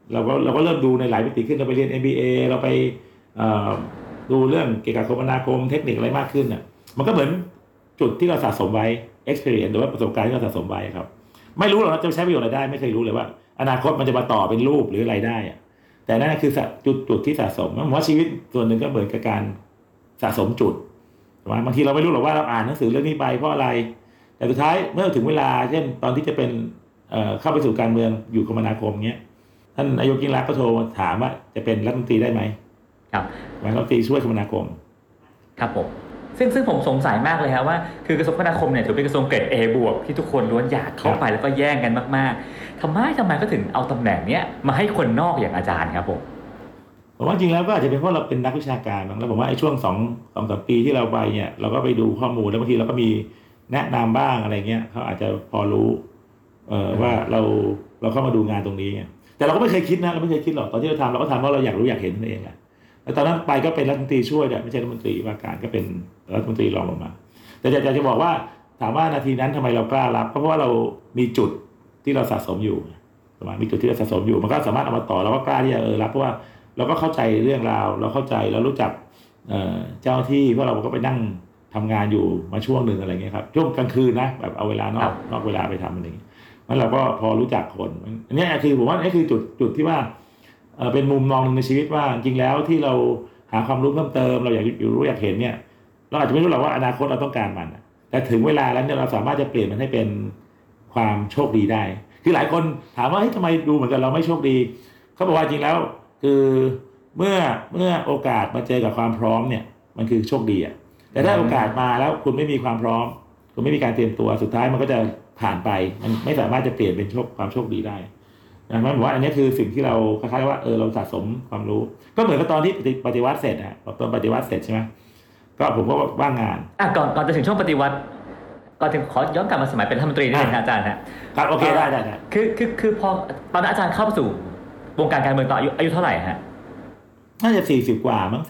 [SPEAKER 1] เราก็เริ่มดูในหลายมิติขึ้นเราไปเรียน MBA เราไปเอ่อดูเรื่องเกี่ยวกับคมนาคมเทคนิคอะไรมากขึ้นน่ะมันก็เหมือนจุดที่เราสะสมไว้ experience หรือว่าประสบการณ์ที่เราสะสมไว้ครับไม่รู้หรอกว่าจะใช้ประโยชน์อะไรได้ไม่เคยรู้เลยว่าอนาคตมันจะมาต่อเป็นรูปหรืออะไรได้อะแต่นั่นคือจุดที่สะสมผมว่าชีวิตส่วนหนึ่งก็เหมือนกับการสะสมจุดบางทีเราไม่รู้หรอกว่าเราอ่านหนังสือเรื่องนี้ไปเพราะอะไรแต่สุดท้ายเมื่อถึงเวลาเช่นตอนที่จะเป็นเข้าไปสู่การเมืองอยู่คมนาคมเงี้ยท่านนายกยิ่งรักษณ์ก็โทรมาถามว่าจะเป็นรัฐมนตรีได้ไหม
[SPEAKER 3] ครับ
[SPEAKER 1] รัฐมนตรีช่วยคมนาคม
[SPEAKER 3] ครับผมซึ่งผมสงสัยมากเลยครับว่าคือกระทรวงคมนาคมเนี่ยถือเป็นกระทรวงเกรด A บวกที่ทุกคนล้วนอยากเข้าไปแล้วก็แย่งกันมากๆทำไมก็ถึงเอาตำแหน่งเนี้ยมาให้คนนอกอย่างอาจารย์ครับผม
[SPEAKER 1] ว่าจริงแล้วก็อาจจะเป็นเพราะเราเป็นนักวิชาการบ้างแล้วผมว่าไอ้ช่วง2-3 ปีที่เราไปเนี่ยเราก็ไปดูข้อมูลแล้วบางทีเราก็มีแนะนำบ้างอะไรเงี้ยเขาอาจจะพอรู้ว่าเราเข้ามาดูงานตรงนี้แต่เราก็ไม่เคยคิดนะเราไม่เคยคิดหรอกตอนที่เราทำเราก็ทำเพราะเราอยากรู้อยากเห็นนั่นเองแหละแล้วตอนนั้นไปก็เป็นรัฐมนตรีช่วยเนี่ยไม่ใช่รัฐมนตรีว่าการก็เป็นรัฐมนตรีรองลงมาแต่อยากจะบอกว่าถามว่านาทีนั้นทำไมเรากล้ารับเพราะว่าเรามีจุดที่เราสะสมอยู่ประมาณมีจุดที่เราสะสมอยู่มันก็สามารถเอามาต่อเราก็กล้าที่จะรับเพราะว่าเราก็เข้าใจเรื่องราวเราเข้าใจเรารู้จักเจ้าที่เพราะเราก็ไปนั่งทำงานอยู่มาช่วงหนึ่งอะไรเงี้ยครับช่วงกลางคืนนะแบบเอาเวลานอกเวลาไปทำอะไรอย่างเงี้ยนั้นเราก็พอรู้จักคนอันนี้คือผมว่านี่คือจุดที่ว่าเป็นมุมมองในชีวิตว่าจริงแล้วที่เราหาความรู้เพิ่มเติมเราอยากรู้อยากเห็นเนี่ยเราอาจจะไม่รู้หรอกว่าอนาคตเราต้องการมันแต่ถึงเวลาแล้วเนี่ยเราสามารถจะเปลี่ยนมันให้เป็นความโชคดีได้คือหลายคนถามว่าทำไมดูเหมือนกันเราไม่โชคดีเขาบอกว่าจริงแล้วคือเมื่อโอกาสมาเจอกับความพร้อมเนี่ยมันคือโชคดีอ่ะแต่ถ้าโอกาสมาแล้วคุณไม่มีความพร้อมคุณไม่มีการเตรียมตัวสุดท้ายมันก็จะผ่านไปมันไม่สามารถจะเปลี่ยนเป็นความโชคดีได้นะมันบอกว่าอันนี้คือสิ่งที่เราคล้ายๆว่าเราสะสมความรู้ก็เหมือนกับตอนที่ปฏิวัติเสร็จนะตอนปฏิวัติเสร็จใช่ไหมก็ผมก็ว่างงาน
[SPEAKER 3] ก่อนจะถึงช่วงปฏิวัติก่อนถึงขอย้อนกลับมาสมัยเป็นรัฐมนตรีนิดนึงอาจารย์ฮะ
[SPEAKER 1] ครับโอเคได้
[SPEAKER 3] คือพอตอนนั้นอาจารย์เข้าสู่วงการการเมืองตอนอายุเท่าไหร่ฮะ
[SPEAKER 1] น่าจะ40กว่ามั้ง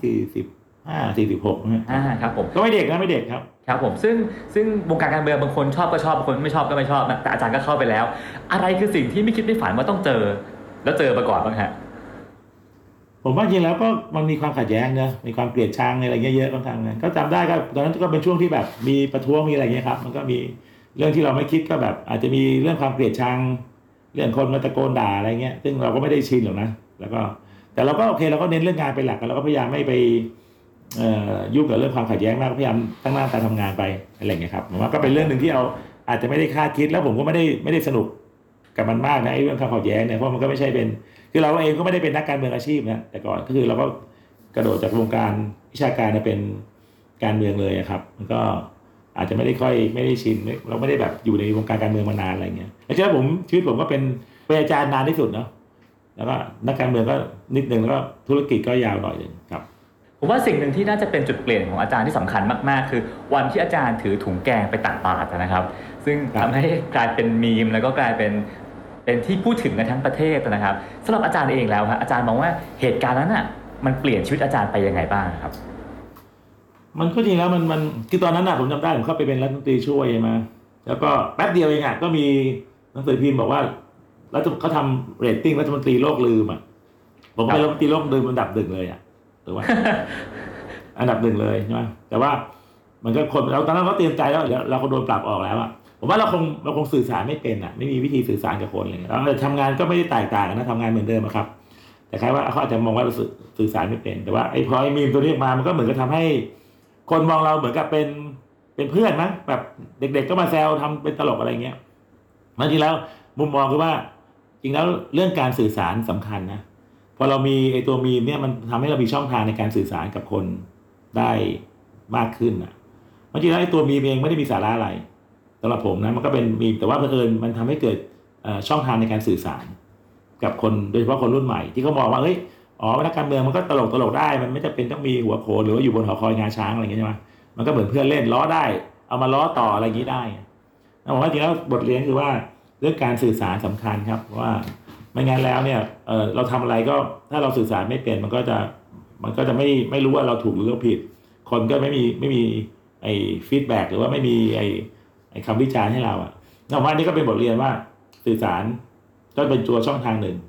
[SPEAKER 1] 45-46
[SPEAKER 3] ครับผม
[SPEAKER 1] ก็ไม่เด็กนะไม่เด็กครับ
[SPEAKER 3] ครับผมซึ่งวงการการเมืองบางคนชอบก็ชอบบางคนไม่ชอบก็ไม่ชอบนะแต่อาจารย์ก็เข้าไปแล้วอะไรคือสิ่งที่ไม่คิดไม่ฝันว่าต้องเจอแล้วเจอมาก่อนบ้างฮะ
[SPEAKER 1] ผมว่าจริงแล้วก็มันมีความขัดแย้งนะมีความเกลียดชังอะไรเงี้ยเยอะบางครั้งนะก็จำได้ก็ตอนนั้นก็เป็นช่วงที่แบบมีประท้วงมีอะไรเงี้ยครับมันก็มีเรื่องที่เราไม่คิดก็แบบอาจจะมีเรื่องความเกลียดชังเรื่องคนมาตะโกนด่าอะไรเงี้ยซึ่งเราก็ไม่ได้ชินหรอกนะแล้วก็แต่เราก็โอเคเราก็เน้นเรื่องงานเป็นหลักเราก็พยายามไม่ไปยุ่งกับเรื่องความขัดแย้งมากพยายามตั้งหน้าตาทำงานไปอะไรเงี้ยครับผมว่าก็เป็นเรื่องหนึ่งที่เราอาจจะไม่ได้คาดคิดแล้วผมก็ไม่ได้สนุกกับมันมากนะไอ้เรื่องความขัดแย้งเนี่ยเพราะมันก็ไม่ใช่เป็นคือเราเองก็ไม่ได้เป็นนักการเมืองอาชีพนะแต่ก่อนก็คือเราก็กระโดดจากวงการวิชาการเป็นการเมืองเลยครับมันก็อาจจะไม่ได้ชินเราไม่ได้แบบอยู่ในวงการการเมืองมานานอะไรเงี้ยแล้วชีวิตผมก็เป็นอาจารย์นานที่สุดเนาะแล้วก็นักการเมืองก็นิดนึงแล้วก็ธุรกิจก็ยาวหน่อยนึงครับ
[SPEAKER 3] ผมว่าสิ่งหนึ่งที่น่าจะเป็นจุดเปลี่ยนของอาจารย์ที่สำคัญมากๆคือวันที่อาจารย์ถือถุงแกงไปตักบาตรนะครับซึ่งทำให้กลายเป็นมีมแล้วก็กลายเป็นที่พูดถึงกันทั้งประเทศนะครับสำหรับอาจารย์เองแล้วครับอาจารย์มองว่าเหตุการณ์นั้นอ่ะมันเปลี่ยนชีวิตอาจารย์ไปยังไงบ้างครับ
[SPEAKER 1] มันก็จริงแล้วมันคือตอนนั้นน่ะผมจำได้ผมเข้าไปเป็นรัฐมนตรีช่วยมาแล้วก็แป๊บเดียวเองอ่ะก็มีหนังสือพิมพ์บอกว่าแล้วเขาทำเรตติ้งรัฐมนตรีโลกลืมอ่ะผมเป็นรัฐมนตรีโลกลืมอันดับ 1เลยอ่ะหรือว่า อันดับ 1เลยใช่ไหมแต่ว่ามันก็คนเราตอนนั้นเราเตรียมใจแล้วเราก็โดนปรับออกแล้วอ่ะผมว่าเราคงสื่อสารไม่เป็นอ่ะไม่มีวิธีสื่อสารกับคนอะไรเงี้ยเราทำงานก็ไม่ได้แตกต่างกันนะทำงานเหมือนเดิมครับแต่แค่ว่าเขาอาจจะมองว่าเราสื่อสารไม่เป็นแต่ว่าไอ้พอไอ้มีมตัวนี้มามันก็เหมือนกับทำให้คนมองเราเหมือนกับเป็นเพื่อนมั้งแบบเด็กๆก็มาแซวทำเป็นตลกอะไรเงี้ยจริงแล้วมุมมองคือว่าจริงแล้วเรื่องการสื่อสารสำคัญนะพอเรามีไอ้ตัวมีมเนี่ยมันทำให้เรามีช่องทางในการสื่อสารกับคนได้มากขึ้นอ่ะจริงแล้วไอ้ตัวมีมเองไม่ได้มีสาระอะไรสำหรับผมนะมันก็เป็นมีมแต่ว่าเผอิญมันทำให้เกิดช่องทางในการสื่อสารกับคนโดยเฉพาะคนรุ่นใหม่ที่เขามองว่าเฮ้ยนักการเมืองมันก็ตลกได้มันไม่จำเป็นต้องมีหัวโขนหรือว่าอยู่บนหอคอยงาช้างอะไรอย่างเงี้ยใช่ไหมมันก็เหมือนเพื่อนเล่นล้อได้เอามาล้อต่ออะไรอย่างนี้ได้ผมว่าจริงแล้วบทเรียนคือว่าเรื่องการสื่อสารสำคัญครับว่าไม่งั้นแล้วเนี่ยเราทำอะไรก็ถ้าเราสื่อสารไม่เป็นมันก็จะไม่รู้ว่าเราถูกหรือเราผิดคนก็ไม่มีไอ้ฟีดแบ็กหรือว่าไม่มีไอ้คำวิจารณ์ให้เราผมว่านี่ก็เป็นบทเรียนว่าสื่อสารก็เป็นตัวช่องทางหนึ่ง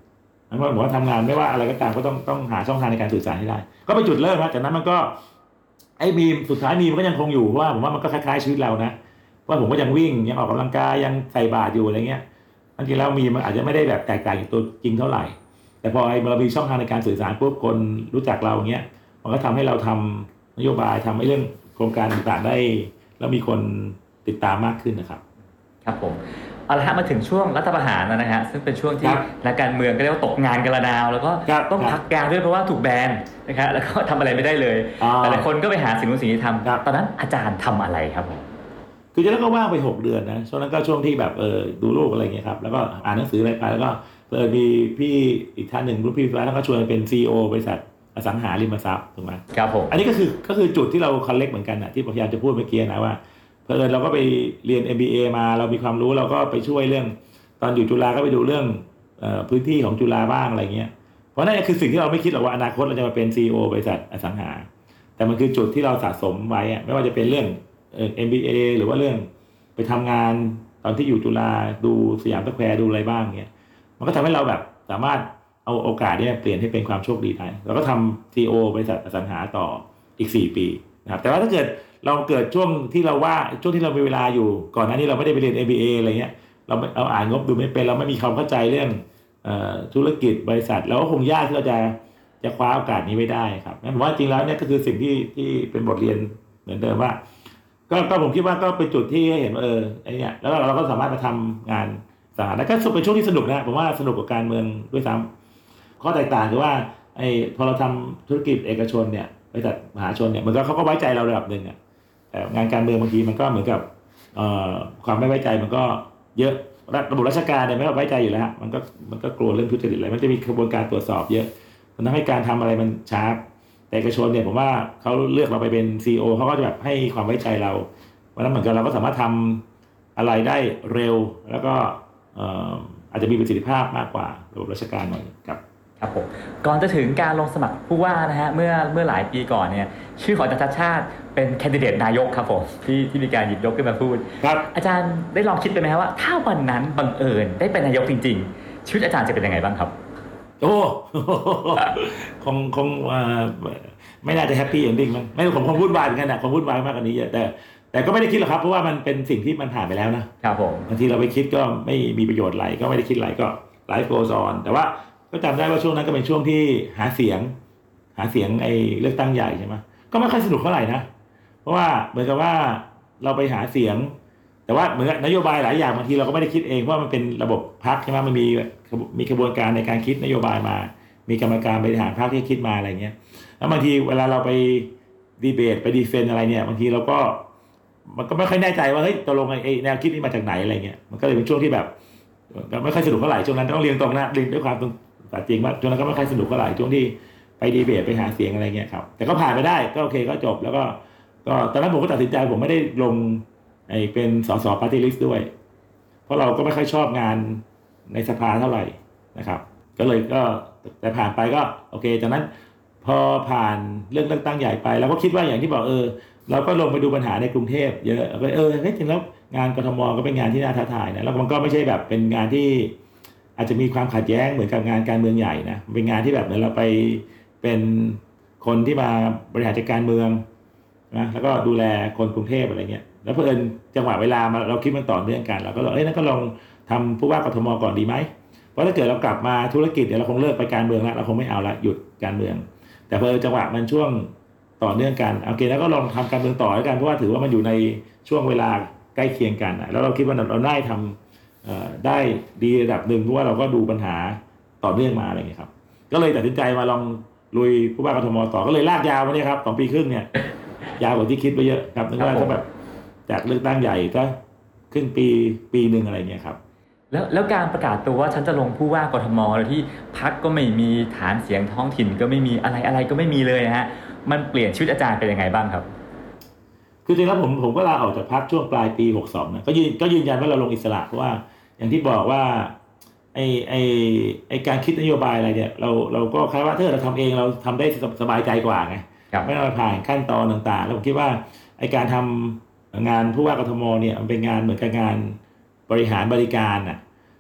[SPEAKER 1] เพราะผมว่าทำงานไม่ว่าอะไรก็ตามก็ต้องหาช่องทางในการสื่อสารให้ได้ก็เป็นจุดเริ่มนะจากนั้นมันก็ไอ้มีสุดท้ายมีมันก็ยังคงอยู่เพราะว่าผมว่ามันก็คล้ายๆชีวิตเรานะว่าผมก็ยังวิ่งยังออกกำลังกายยังใส่บาตรอยู่อะไรเงี้ยจริงๆแล้วมีมันอาจจะไม่ได้แบบแตกต่างจากตัวจริงเท่าไหร่แต่พอเรามีช่องทางในการสื่อสารปุ๊บคนรู้จักเราอย่างเงี้ยมันก็ทำให้เราทำนโยบายทำให้เรื่องโครงการต่างๆได้แล้วมีคนติดตามมากขึ้นนะครับ
[SPEAKER 3] ครับผมเอาละฮะมาถึงช่วงรัฐประหารแล้วนะฮะซึ่งเป็นช่วงที่นักการเมืองก็เรียกว่าตกงานกันระนาวแล้วก็ต้องพักงานด้วยเพราะว่าถูกแบนนะครับแล้วก็ทำอะไรไม่ได้เลยแต่หลายคนก็ไปหาสิ่งนู้นสิ่งนี้ทำตอนนั้นอาจารย์ทำอะไรครับผม
[SPEAKER 1] คือจะแล้วก็ว่างไป6 เดือนนะช่วงนั้นก็ช่วงที่แบบดูลูกอะไรเงี้ยครับแล้วก็อ่านหนังสืออะไรไปแล้วก็มีพี่อีกท่านหนึ่งรุ่นพี่แล้วก็ชวนเป็น CEO บริษัทอสังหาริมทรัพย์ถูกไหม
[SPEAKER 3] ครับผม
[SPEAKER 1] อันนี้ก็คือจุดที่เราคอนเล็กเหมือนกันนะที่พยายามจะพูดเมื่อกี้นะว่าเราก็ไปเรียน MBA มาเรามีความรู้เราก็ไปช่วยเรื่องตอนอยู่จุฬาก็ไปดูเรื่องพื้นที่ของจุฬาบ้างอะไรเงี้ยเพราะนั่นคือสิ่งที่เราไม่คิดหรอกว่าอนาคตเราจะมาเป็น CEO บริษัทอสังหาแต่มันคือจุดที่เราสะสมไว้ไม่ว่าจะเป็นเรื่องMBA หรือว่าเรื่องไปทำงานตอนที่อยู่จุฬาดูสยามสแควร์ดูอะไรบ้างเงี้ยมันก็ทำให้เราแบบสามารถเอาโอกาสนี้เปลี่ยนให้เป็นความโชคดีได้เราก็ทำ CEO บริษัทอสังหาต่ออีก4 ปีนะครับแต่ว่าถ้าเกิดเราเกิดช่วงที่เรามีเวลาอยู่ก่อนหน้านี้เราไม่ได้ไปเรียน MBA อะไรเงี้ยเราอ่านงบดูไม่เป็นเราไม่มีความเข้าใจเรื่องธุรกิจบริษัทเราก็คงยากที่เราจะคว้าโอกาสนี้ไว้ได้ครับงั้นผมว่าจริงแล้วเนี่ยก็คือสิ่งที่เป็นบทเรียนเหมือนเดิมว่าก็ผมคิดว่าก็เป็นจุดที่ให้เห็นว่าไอ้เนี่ยแล้วเราก็สามารถมาทำงานสถานะก็เป็นช่วงที่สนุกนะผมว่าสนุกกับการเมืองด้วยซ้ำข้อแตกต่างคือว่าพอเราทำธุรกิจเอกชนเนี่ยบริษัทมหาชนเนี่ยมันก็เขาก็ไว้ใจเราระดับหนึ่งอ่ะแต่งานการเมืองบางทีมันก็เหมือนกับความไม่ไว้ใจมันก็เยอะระบบราชการเนี่ยไม่ไว้ใจอยู่แล้วมันก็กลัวเรื่องทุจริตอะไรมันจะมีกระบวนการตรวจสอบเยอะมันทำให้การทำอะไรมันช้าแต่เอกชนเนี่ยผมว่าเขาเลือกเราไปเป็น CEO เขาก็จะแบบให้ความไว้ใจเราเพราะนั้นเหมือนกันเราก็สามารถทำอะไรได้เร็วแล้วก็อาจจะมีประสิทธิภาพมากกว่าระบบราชการหน่อยครับ
[SPEAKER 3] ครับผมก่อนจะถึงการลงสมัครผู้ว่านะฮะเมื่อหลายปีก่อนเนี่ยชื่อของอาจารย์ชัชชาติเป็นแคนดิเดตนายกครับผมที่มีการหยิบยกขึ้นมาพูด
[SPEAKER 1] ครับ
[SPEAKER 3] อาจารย์ได้ลองคิดไปไหมครับว่าถ้าวันนั้นบังเอิญได้เป็นนายกจริงๆชีวิตอาจารย์จะเป็นยังไงบ้างครับ
[SPEAKER 1] โอ้คงไม่น่าจะแฮปปี้เอนดิ้งมั้งไม่ผมคงวุ่นวายเหมือนกันนะคงวุ่นวายมากกว่านี้เยอะแต่ก็ไม่ได้คิดหรอกครับเพราะว่ามันเป็นสิ่งที่มันผ่านไปแล้วนะครับ
[SPEAKER 3] ผม
[SPEAKER 1] บางทีเราไปคิดก็ไม่มีประโยชน์อะไรก็ไม่ได้คิดอะไรก็ life goes on แต่ว่าก็จำได้ว่าช่วงนั้นก็เป็นช่วงที่หาเสียงเลือกตั้งใหญ่ใช่ไหมก็ไม่ค่อยสนุกเท่าไหร่นะเพราะว่าเหมือนกับว่าเราไปหาเสียงแต่ว่าเหมือนนโยบายหลายอย่างบางทีเราก็ไม่ได้คิดเองเพราะมันเป็นระบบพรรคใช่ไหมมันมีกระบวนการในการคิดนโยบายมามีกรรมการบริหารพรรคที่คิดมาอะไรเงี้ยแล้วบางทีเวลาเราไปดีเบตไปดีเฟนอะไรเนี่ยบางทีเราก็มันก็ไม่ค่อยแน่ใจว่าเฮ้ยตกลงไอ้แนวคิดนี้มาจากไหนอะไรเงี้ยมันก็เลยเป็นช่วงที่แบบไม่ค่อยสนุกเท่าไหร่ช่วงนั้นต้องเรียนตรงนะเรียนด้วยความจริงว่าช่วงนั้นก็ไม่ค่อยสนุกเท่าไหร่ช่วงที่ไปดีเบตไปหาเสียงอะไรเงี้ยครับแต่ก็ผ่านไปได้ก็โอเคก็จบแล้วก็ตอนนั้นผมก็ตัดสินใจผมไม่ได้ลงเป็นสสปาร์ตี้ลิสต์ด้วยเพราะเราก็ไม่ค่อยชอบงานในสภาเท่าไหร่นะครับก็เลยแต่ผ่านไปก็โอเคจากนั้นพอผ่านเรื่องเลือกตั้งใหญ่ไปเราก็คิดว่าอย่างที่บอกเราก็ลงไปดูปัญหาในกรุงเทพเยอะก็จริงแล้วงานกทมก็เป็นงานที่น่าท้าทายนะแล้วมันก็ไม่ใช่แบบเป็นงานที่อาจจะมีความขัดแย้งเหมือนกับงานการเมืองใหญ่นะเป็นงานที่แบบเหมือนเราไปเป็นคนที่มาบริหารจัดการเมืองนะแล้วก็ดูแลคนกรุงเทพอะไรเงี้ยแล้วเผอิญจังหวะเวลาเราคิดมันต่อเนื่องกันเราก็นั่นก็ลองทำผู้ว่ากทมก่อนดีไหมเพราะถ้าเกิดเรากลับมาธุรกิจเนี่ยเราคงเลิกไปการเมืองแล้วเราคงไม่เอาละหยุดการเมืองแต่เผอิญจังหวะมันช่วงต่อเนื่องกันโอเคแล้วก็ลองทำการเมืองต่อแล้วกันเพราะว่าถือว่ามันอยู่ในช่วงเวลาใกล้เคียงกันแล้วเราคิดว่าเราได้ทำได้ดีระดับหนึ่งเพราะว่าเราก็ดูปัญหาต่อเนื่องมาอะไรอย่างเงี้ยครับก็เลยตัดสินใจมาลองลุยผู้ว่ากทมต่อก็เลยลากยาวมาเนี่ยครับ2 ปีครึ่งเนี่ยยาวกว่าที่คิดไปเยอะครับนึกว่าถ้าแบบจากเลือกตั้งใหญ่ก็ครึ่งปีหนึ่งอะไรเงี้ยครับ
[SPEAKER 3] แล้วการประกาศตัวว่าฉันจะลงผู้ว่ากทมโดยที่พรรคก็ไม่มีฐานเสียงท้องถิ่นก็ไม่มีอะไรก็ไม่มีเลยนะฮะมันเปลี่ยนชีวิตอาจารย์เป็นยังไงบ้างครับ
[SPEAKER 1] คือจริงแล้วผมก็ลาออกจากพรรคช่วงปลายปี62นะก็ยืนยันว่าเราลงอิสระเพราะว่าอย่างที่บอกว่าไอการคิดนโยบายอะไรเนี่ยเราก็คล้ายว่าถ้าเราทำเองเราทำได้สบายใจกว่าไงไม่ต้องผ่านขั้นตอนต่างๆแล้วผมคิดว่าไอการทำงานผู้ว่ากทมเนี่ยมันเป็นงานเหมือนกับงานบริหารบริการน่ะ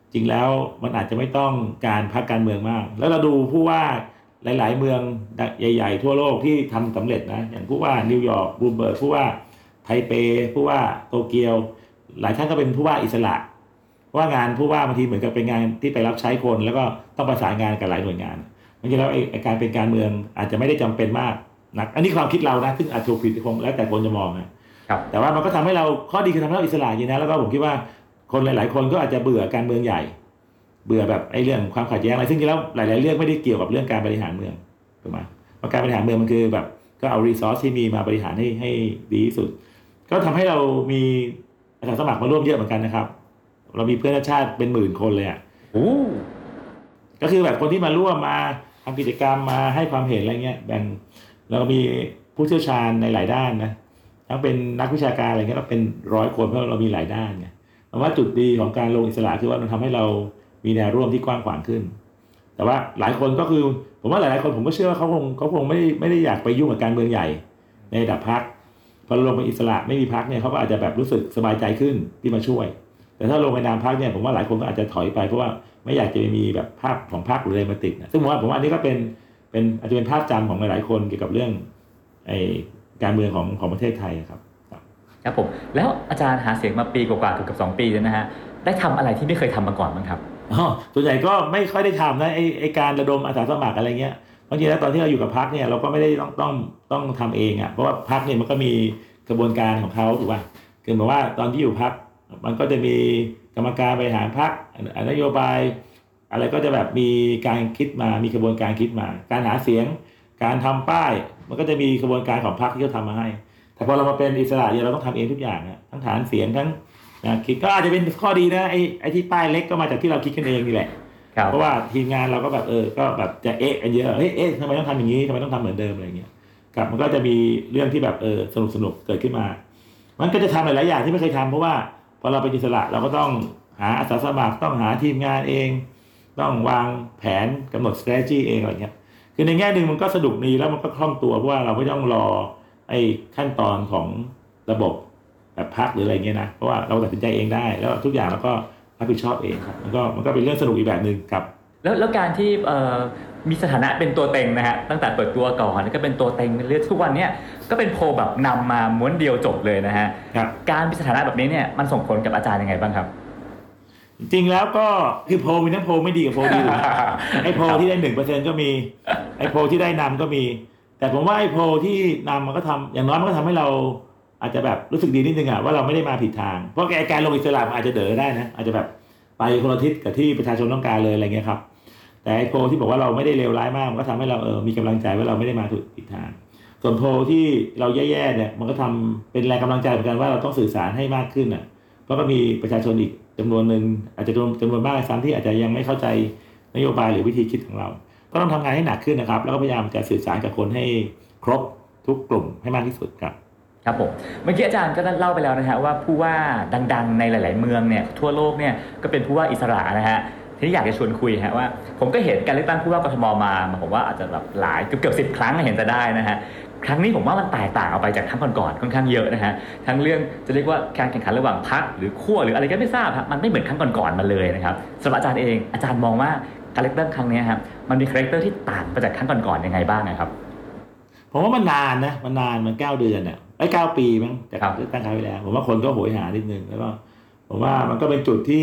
[SPEAKER 1] จริงแล้วมันอาจจะไม่ต้องการพรรคการเมืองมากแล้วเราดูผู้ว่าหลายๆเมืองใหญ่ๆทั่วโลกที่ทำสำเร็จนะอย่างผู้ว่านิวยอร์กบลูมเบิร์กผู้ว่าไทเปผู้ว่าโตเกียวหลายท่านก็เป็นผู้ว่าอิสระเพราะว่างานผู้ว่าบางทีเหมือนกับเป็นงานที่ไปรับใช้คนแล้วก็ต้องประสานงานกับหลายหน่วยงานบางทีแล้วไอ้การเป็นการเมืองอาจจะไม่ได้จำเป็นมากนักอันนี้ความคิดเรานะซึ่งอาจถูกผิดคงแล้วแต่คนจะมองนะครับแต่ว่ามันก็ทำให้เราข้อดีคือทำให้เราอิสระจริงนะแล้วก็ผมคิดว่าคนหลายๆคนก็อาจจะเบื่อการเมืองใหญ่เบื่อแบบไอ้เรื่องความขัดแย้งอะไรซึ่งจริงแล้วหลายๆเรื่องไม่ได้เกี่ยวกับเรื่องการบริหารเมืองถูกไหมเพราะการบริหารเมืองมันคือแบบก็เอารีซอสที่มีมาบริหารให้ดีที่สุดก็ทำให้เรามีอาสาสมัครมาร่วมเยอะเหมือนกันนะครับเรามีเพื่อนชาติเป็นหมื่นคนเลยอ่ะก็คือแบบคนที่มาร่วมมาทำกิจกรรมมาให้ความเห็นอะไรเงี้ยแบ่งเรามีผู้เชี่ยวชาญในหลายด้านนะทั้งเป็นนักวิชาการอะไรเงี้ยก็เป็น100 คนเพราะเรามีหลายด้านไงเพราะว่าจุดดีของการลงอิสระคือว่ามันทำให้เรามีแนวร่วมที่กว้างขวางขึ้นแต่ว่าหลายคนก็คือผมว่าหลายๆคนผมก็เชื่อว่าเขาคงไม่ได้อยากไปยุ่งกับการเมืองใหญ่ในระดับพรรคพอลงเป็นอิสระไม่มีพรรคเนี่ยเขาก็อาจจะแบบรู้สึกสบายใจขึ้นที่มาช่วยแต่ถ้าลงในนามพรรคเนี่ยผมว่าหลายคนก็อาจจะถอยไปเพราะว่าไม่อยากจะมีแบบภาพของพรรคหรืออะไรมาติดนะซึ่งผมว่าอันนี้ก็เป็นอาจจะเป็นภาพจำของหลายๆคนเกี่ยวกับเรื่องไอ้การเมืองของประเทศไทยครับ
[SPEAKER 3] ครับผมแล้วอาจารย์หาเสียงมาปีกว่าๆถึงกับ2 ปีแล้วนะฮะได้ทำอะไรที่ไม่เคยทำมาก่อนบ้างครับ
[SPEAKER 1] ส่วนใหญ่ก็ไม่ค่อยได้ทำนะไอ้การระดมอาสาสมัครอะไรเงี้ยบางทีแล้วตอนที่เราอยู่กับพรรคเนี่ยเราก็ไม่ได้ต้องทำเองอ่ะเพราะว่าพรรคเนี่ยมันก็มีกระบวนการของเขาถูกป่ะคือหมายว่าตอนที่อยู่พรรคมันก็จะมีกรรมการบริหารพรรคนโยบายอะไรก็จะแบบมีการคิดมามีกระบวนการคิดมาการหาเสียงการทำป้ายมันก็จะมีกระบวนการของพรรคที่เขาทำมาให้แต่พอเรามาเป็นอิสระเนี่ยเราต้องทำเองทุกอย่างอ่ะทั้งฐานเสียงทั้งคิดก็อาจจะเป็นข้อดีนะไอ้ที่ป้ายเล็กก็มาจากที่เราคิดกันเองนี่แหละเพราะว่าทีมงานเราก็แบบก็แบบจะกันเยอะทำไมต้องทำอย่างนี้ทำไมต้องทำเหมือนเดิมอะไรเงี้ยครับมันก็จะมีเรื่องที่แบบสนุกเกิดขึ้นมามันก็จะทำหลายๆอย่างที่ไม่เคยทำเพราะว่าพอเราเป็นอิสระเราก็ต้องหาอาสาสมัครต้องหาทีมงานเองต้องวางแผนกำหนด strategy เองอะไรเงี้ยคือในแง่หนึ่งมันก็สนุกดีแล้วมันก็คล่องตัวเพราะว่าเราไม่ต้องรอไอ้ขั้นตอนของระบบแบบพรรคหรืออะไรเงี้ยนะเพราะว่าเราตัดสินใจเองได้แล้วทุกอย่างเราก็รับผิดชอบเองครับมันก็เป็นเรื่องสนุกอีกแบบนึงครับ
[SPEAKER 3] แล้วการที่มีสถานะเป็นตัวเต็งนะฮะตั้งแต่เปิดตัวก่อนก็เป็นตัวเต็งเรื่อยทุกวันเนี้ยก็เป็นโพลแบบนำมาม้วนเดียวจบเลยนะฮะการมีสถานะแบบนี้เนี่ยมันส่งผลกับอาจารย์ยังไงบ้างครับ
[SPEAKER 1] จริงแล้วก็คือโพลมีทั้งโพลไม่ดีกับโพลดีไอ้โพลที่ได้ 1% ก็มีไอ้โพลที่ได้นำก็มีแต่ผมว่าไอ้โพลที่นำมันก็ทำอย่างน้อยมันก็ทำให้เราอาจจะแบบรู้สึกดีนิดนึงอ่ะว่าเราไม่ได้มาผิดทางเพราะการลงอิสระอาจจะเด๋อได้นะอาจจะแบบไปคนละทิศกับที่ประชาชนต้องการเลยอะไรเงี้ยครับแต่ไอ้โพลที่บอกว่าเราไม่ได้เลวร้ายมากมันก็ทำให้เรามีกำลังใจว่าเราไม่ได้มาถูกผิดทางส่วนโพลที่เราแย่ๆเนี่ยมันก็ทำเป็นแรงกำลังใจเหมือนกันว่าเราต้องสื่อสารให้มากขึ้นอ่ะเพราะก็มีประชาชนอีกจำนวนหนึ่งอาจจะจำนวนมากซ้ำที่อาจจะยังไม่เข้าใจนโยบายหรือวิธีคิดของเราก็ต้องทำงานให้หนักขึ้นนะครับแล้วก็พยายามจะสื่อสารกับคนให้ครบทุกกลุ่มให้มากที่สุดครับ
[SPEAKER 3] ครับผมเมื่อกี้อาจารย์ก็เล่าไปแล้วนะฮะว่าผู้ว่าดังๆในหลายๆเมืองเนี่ยทั่วโลกเนี่ยก็เป็นผู้ว่าอิสระนะฮะทีนี้อยากจะชวนคุยฮะว่าผมก็เห็นการเลือกตั้งผู้ว่ากทมมาผมว่าอาจจะแบบหลายเกือบ10 ครั้งเห็นจะได้นะฮะครั้งนี้ผมว่ามันแตกต่างออกไปจากครั้งก่อนๆค่อนข้างเยอะนะฮะทั้งเรื่องจะเรียกว่าการแข่งขันระหว่างพรรคหรือขั้วหรืออะไรก็ไม่ทราบครับมันไม่เหมือนครั้งก่อนๆมาเลยนะครับสำหรับอาจารย์เองอาจารย์มองว่าการเลือกตั้งครั้งนี้ครับมันมีคาแรคเตอร์ที่ต่างไปจากครั้งก่อนๆยังไงบ้างนะครับ
[SPEAKER 1] ผมว่ามันนานนะมัน9 เดือนอ่ะ9 ปีมั้งจากเลือกตั้งครั้งที่แล้วผมว่าคนก็โหยหานิดนึงแล้วก็ผมว่ามันก็เป็นจุดที่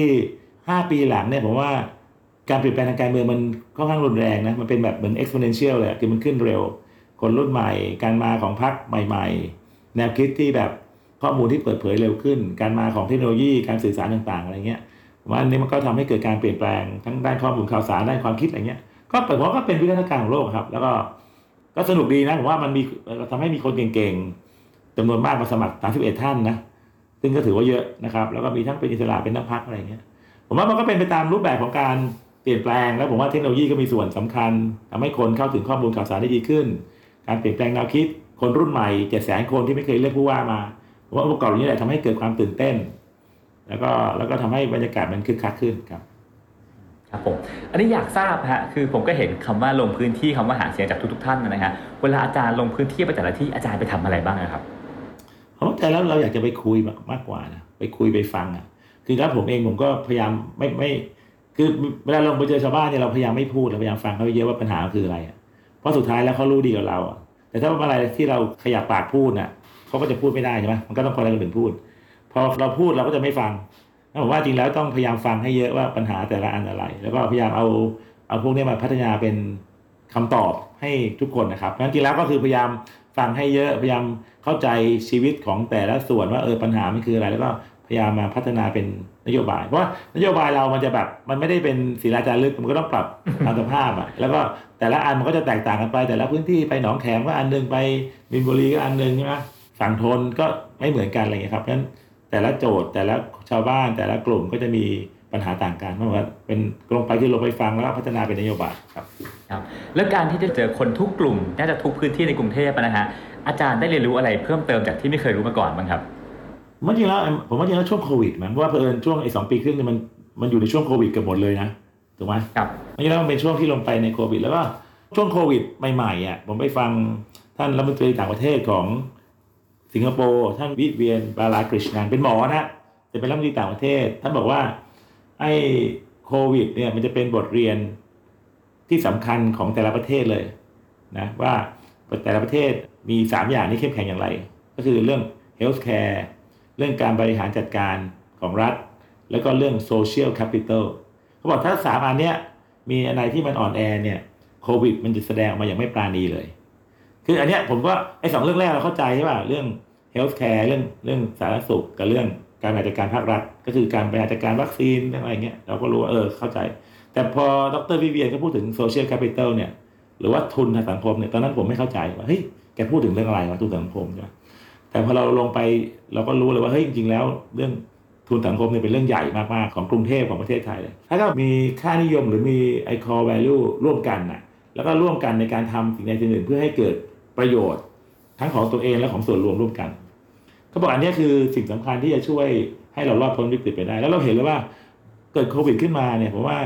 [SPEAKER 1] 5 ปีหลังเนี่ยผมว่าการเปลี่ยนแปลงทางการเมืองมันค่อนข้างรุนแรงนะมันเป็นแบบเหมือน exponential เลยคือมันขึ้นเร็วคนรุ่นใหม่การมาของพรรคใหม่ๆแนวคิดที่แบบข้อมูลที่เปิดเผยเร็วขึ้นการมาของเทคโนโลยีการสื่อสารต่างๆอะไรเงี้ยว่าอันนี้มันก็ทำให้เกิดการเปลี่ยนแปลงทั้งด้านข้อมูลข่าวสารด้านความคิดอะไรเงี้ยก็เปิดว่าก็เป็นวิวัฒนาการของโลกครับแล้วก็สนุกดีนะผมว่ามันมีทำให้มีคนเก่งๆจำนวนมากมาสมัคร31 ท่านนะซึ่งก็ถือว่าเยอะนะครับแล้วก็มีทั้งเป็นอิสระเป็นนักพรรคอะไรเงี้ยผมว่ามันก็เป็นไปตามรูปแบบของการเปลี่ยนแปลงแล้วผมว่าเทคโนโลยีก็มีส่วนสำคัญทำให้คนเข้าถึงข้อมูลข่าวสารได้ดีขึ้นการเปลี่ยนแปลงแนวคิดคนรุ่นใหม่700,000 คนที่ไม่เคยเลือกผู้ว่ามาผมว่าองค์ประกอบนี้แหละทำให้เกิดความตื่นเต้นแล้วก็ทำให้บรรยากาศมันคึกคักขึ้นครับ
[SPEAKER 3] ครับผมอันนี้อยากทราบฮะคือผมก็เห็นคำว่าลงพื้นที่คำว่าหาเสียงจากทุกท่านนะฮะเวลาอาจารย์ลงพื้นที่ไปแต่ละที่อาจารย์ไปทำอะไรบ้างนะครับ
[SPEAKER 1] ผมแต่แล้วเราอยากจะไปคุยมากกว่านะไปคุยไปฟังอ่ะคือถ้าผมเองผมก็พยายามคือเวลาลงไปเจอชาวบ้านเนี่ยเราพยายามไม่พูดเราพยายามฟังเขาเยอะว่าปัญหาคืออะไรเพราะสุดท้ายแล้วเขารู้ดีกว่าเราแต่ถ้าอะไรที่เราขยับปากพูดน่ะเขาก็จะพูดไม่ได้ใช่ไหมมันก็ต้องคนใดคนหนึ่งพูดพอเราพูดเราก็จะไม่ฟังผมว่าจริงแล้วต้องพยายามฟังให้เยอะว่าปัญหาแต่ละอันอะไรแล้วก็พยายามเอาพวกนี้มาพัฒนาเป็นคำตอบให้ทุกคนนะครับงั้นจริงแล้วก็คือพยายามฟังให้เยอะพยายามเข้าใจชีวิตของแต่ละส่วนว่าปัญหามันคืออะไรแล้วก็พยายามมาพัฒนาเป็นนโยบายเพราะว่านโยบายเรามันจะแบบมันไม่ได้เป็นศิลาจารึกมันก็ต้องปรับตามสภาพแล้วก็แต่ละอันมันก็จะแตกต่างกันไปแต่ละพื้นที่ไปหนองแขมก็อันนึงไปบินบุรีก็อันนึงใช่ไหมฝั่งทนก็ไม่เหมือนกันอะไรอย่างเงี้ยครับเพราะฉะนั้นแต่ละโจทย์แต่ละชาวบ้านแต่ละกลุ่มก็จะมีปัญหาต่างกันเพราะว่าเป็นลงไปฟังแล้วก็พัฒนาเป็นนโยบายครับ
[SPEAKER 3] ครับแล้วการที่จะเจอคนทุกกลุ่มน่าจะทุกพื้นที่ในกรุงเทพนะฮะอาจารย์ได้เรียนรู้อะไรเพิ่มเติมจากที่ไม่เคยรู้มาก่อนบ้างครับ
[SPEAKER 1] ผมว่าจริงแล้วช่วงโควิดมันเพราะว่าเผอิญช่วง2 ปีครึ่งเนี่ยมันอยู่ในช่วงโควิดเกือบหมดเลยนะถูกไหม
[SPEAKER 3] ครับ
[SPEAKER 1] จริงแล้วมันเป็นช่วงที่ลงไปในโควิดแล้วก็ช่วงโควิดใหม่ๆผมไปฟังท่านรัฐมนตรีต่างประเทศของสิงคโปร์ท่านวิเวียนบาลากฤษณันเป็นหมอนะจะเป็นรัฐมนตรีต่างประเทศท่านบอกว่าไอ้โควิดเนี่ยมันจะเป็นบทเรียนที่สำคัญของแต่ละประเทศเลยนะว่าแต่ละประเทศมี3อย่างที่เข้มแข็งอย่างไรก็คือเรื่อง healthcare เรื่องการบริหารจัดการของรัฐแล้วก็เรื่อง social capital เขาบอกถ้า3 อันเนี้ยมีอะไรที่มันอ่อนแอเนี่ยโควิดมันจะแสดงออกมาอย่างไม่ปราณีเลยคืออันเนี้ยผมก็ไอ้2 เรื่องแรกเราเข้าใจใช่ป่ะเรื่อง healthcare เรื่องสาธารณสุขกับเรื่องการบริหารจัดการภาครัฐก็คือการบริหารจัดการวัคซีนอะไรเงี้ยเราก็รู้ว่าเข้าใจแต่พอดร.วิเวียนก็พูดถึง social capital เนี่ยหรือว่าทุนทางสังคมเนี่ยตอนนั้นผมไม่เข้าใจว่าเฮ้ยแกพูดถึงเรื่องอะไรวะทุนสังคมใช่ไหมแต่พอเราลงไปเราก็รู้เลยว่าเฮ้ยจริงๆแล้วเรื่องทุนสังคมเนี่ยเป็นเรื่องใหญ่มากๆของกรุงเทพของประเทศไทยเลยถ้าก็มีค่านิยมหรือมีไอ core value ร่วมกันนะแล้วก็ร่วมกันในการทำสิ่งใดสิ่งหนึ่งเพื่อให้เกิดประโยชน์ทั้งของตัวเองและของส่วนรวมร่วมกันเขาบอกอันนี้คือสิ่งสำคัญที่จะช่วยให้เรารอดพ้นวิกฤตไปได้แล้วเราเห็นเลยว่าเกิดโควิดขึ้นมาเนี่ยผมว่า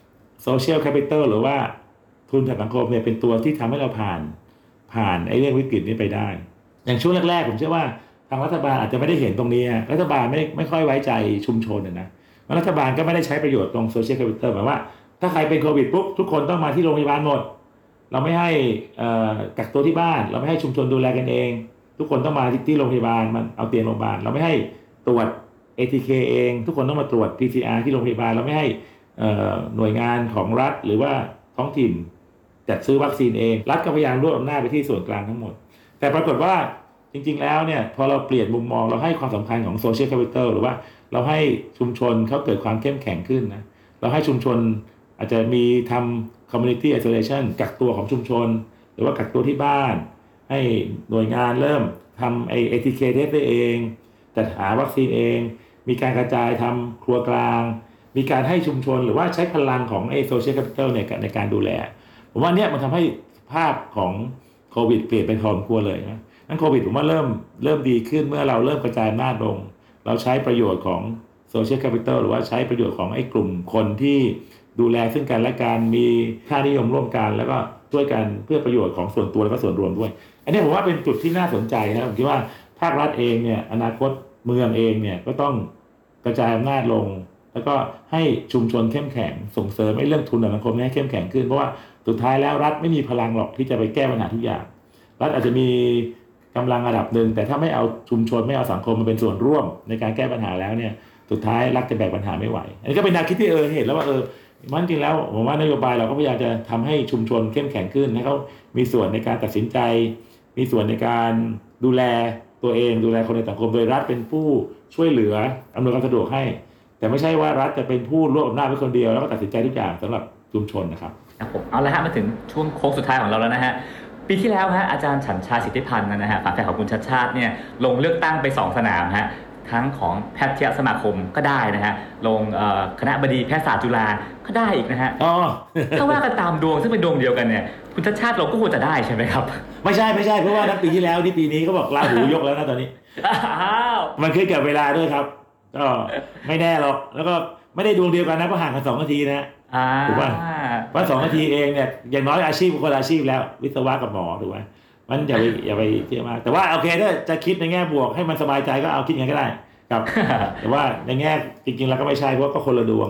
[SPEAKER 1] social capital หรือว่าทุนทางสังคมเนี่ยเป็นตัวที่ทำให้เราผ่านไอ้เรื่องวิกฤตนี้ไปได้อย่างช่วงแรกๆผมเชื่อว่าทางรัฐบาลอาจจะไม่ได้เห็นตรงนี้รัฐบาลไม่ค่อยไว้ใจชุมชนนะรัฐบาลก็ไม่ได้ใช้ประโยชน์ตรง social capital หมายว่าถ้าใครเป็นโควิดปุ๊บทุกคนต้องมาที่โรงพยาบาลหมดเราไม่ให้กักตัวที่บ้านเราไม่ให้ชุมชนดูแลกันเองทุกคนต้องมาที่โรงพยาบาลมันเอาเตียงโรงพยาบาลเราไม่ให้ตรวจ ATK เองทุกคนต้องมาตรวจ PCR ที่โรงพยาบาลเราไม่ให้หน่วยงานของรัฐหรือว่าท้องถิ่นจัดซื้อวัคซีนเองรัฐก็พยายามรวบอำนาจไปที่ส่วนกลางทั้งหมดแต่ปรากฏว่าจริงๆแล้วเนี่ยพอเราเปลี่ยนมุมมองเราให้ความสำคัญของ social capital หรือว่าเราให้ชุมชนเขาเกิดความเข้มแข็งขึ้นนะเราให้ชุมชนอาจจะมีทำ community isolation กักตัวของชุมชนหรือว่ากักตัวที่บ้านให้หน่วยงานเริ่มทำATK test ได้เองจัดหาวัคซีนเองมีการกระจายทำครัวกลางมีการให้ชุมชนหรือว่าใช้พลังของsocial capital ในการดูแลผมว่าเนี่ยมันทำให้ภาพของโควิดเปลี่ยนไปพอสมควรเลยนะนั่นโควิดผมว่าเริ่มดีขึ้นเมื่อเราเริ่มกระจายอำนาจลงเราใช้ประโยชน์ของ social capital หรือว่าใช้ประโยชน์ของไอ้กลุ่มคนที่ดูแลซึ่งกันและกันมีค่านิยมร่วมกันแล้วก็ช่วยกันเพื่อประโยชน์ของส่วนตัวและก็ส่วนรวมด้วยอันนี้ผมว่าเป็นจุดที่น่าสนใจนะผมคิดว่าภาครัฐเองเนี่ยอนาคตเมืองเองเนี่ยก็ต้องกระจายอำนาจลงแล้วก็ให้ชุมชนเข้มแข็งส่งเสริมให้เรื่องทุนสังคมให้เข้มแข็งขึ้นเพราะว่าสุดท้ายแล้วรัฐไม่มีพลังหรอกที่จะไปแก้ปัญหาทุกอย่างรัฐอาจจะมีกำลังระดับหนึ่งแต่ถ้าไม่เอาชุมชนไม่เอาสังคมมาเป็นส่วนร่วมในการแก้ปัญหาแล้วเนี่ยสุดท้ายรัฐจะแบกปัญหาไม่ไหวอันนี้ก็เป็นแนวคิดที่เห็นแล้วว่ามันจริงแล้วผมว่านโยบายเราก็พยายามจะทำให้ชุมชนเข้มแข็งขึ้นให้เขามีส่วนในการตัดสินใจมีส่วนในการดูแลตัวเองดูแลคนในสังคมโดยรัฐเป็นผู้ช่วยเหลืออำนวยความสะดวกให้แต่ไม่ใช่ว่ารัฐจะเป็นผู้รวบอำนาจไว้คนเดียวแล้วก็ตัดสินใจทุกอย่างสำหรับชุมชนนะครับ
[SPEAKER 3] ผมเอาละฮะมาถึงช่วงโค้งสุดท้ายของเราแล้วนะฮะปีที่แล้วฮะอาจารย์ฉันชาสิทธิพันธ์นะฮะฝาแฝดของคุณชัชชาติเนี่ยลงเลือกตั้งไป2 สนามฮะทั้งของแพทยสมาคมก็ได้นะฮะลงคณะบดีแพทยศาสตร์จุฬาก็ได้อีกนะฮะถ้าว่ากันตามดวงซึ่งเป็นดวงเดียวกันเนี่ยคุณชัชชาติเราก็ควรจะได้ใช่ไหมครับ
[SPEAKER 1] ไม่ใช่เพราะว่าปีที่แล้วที่ปีนี้เขาบอกราหูยกแล้วนะตอนนี้มันขึ้นกับเวลาด้วยครับก็ไม่แน่หรอกแล้วก็ไม่ได้ดวงเดียวกันนะเพราะห่างกัน2 นาทีนะถูกป่ะเพราะ2 นาทีเองเนี่ยอย่างน้อยอาชีพคนละอาชีพแล้ววิศวะกับหมอถูกไหมมันอย่าไปเชื่อมากแต่ว่าโอเคถ้าจะคิดในแง่บวกให้มันสบายใจก็เอาคิดอย่างนั้นก็ได้ครับ แต่ว่าในแง่จริงๆแล้วก็ไม่ใช่เพราะก็คนละดวงนะ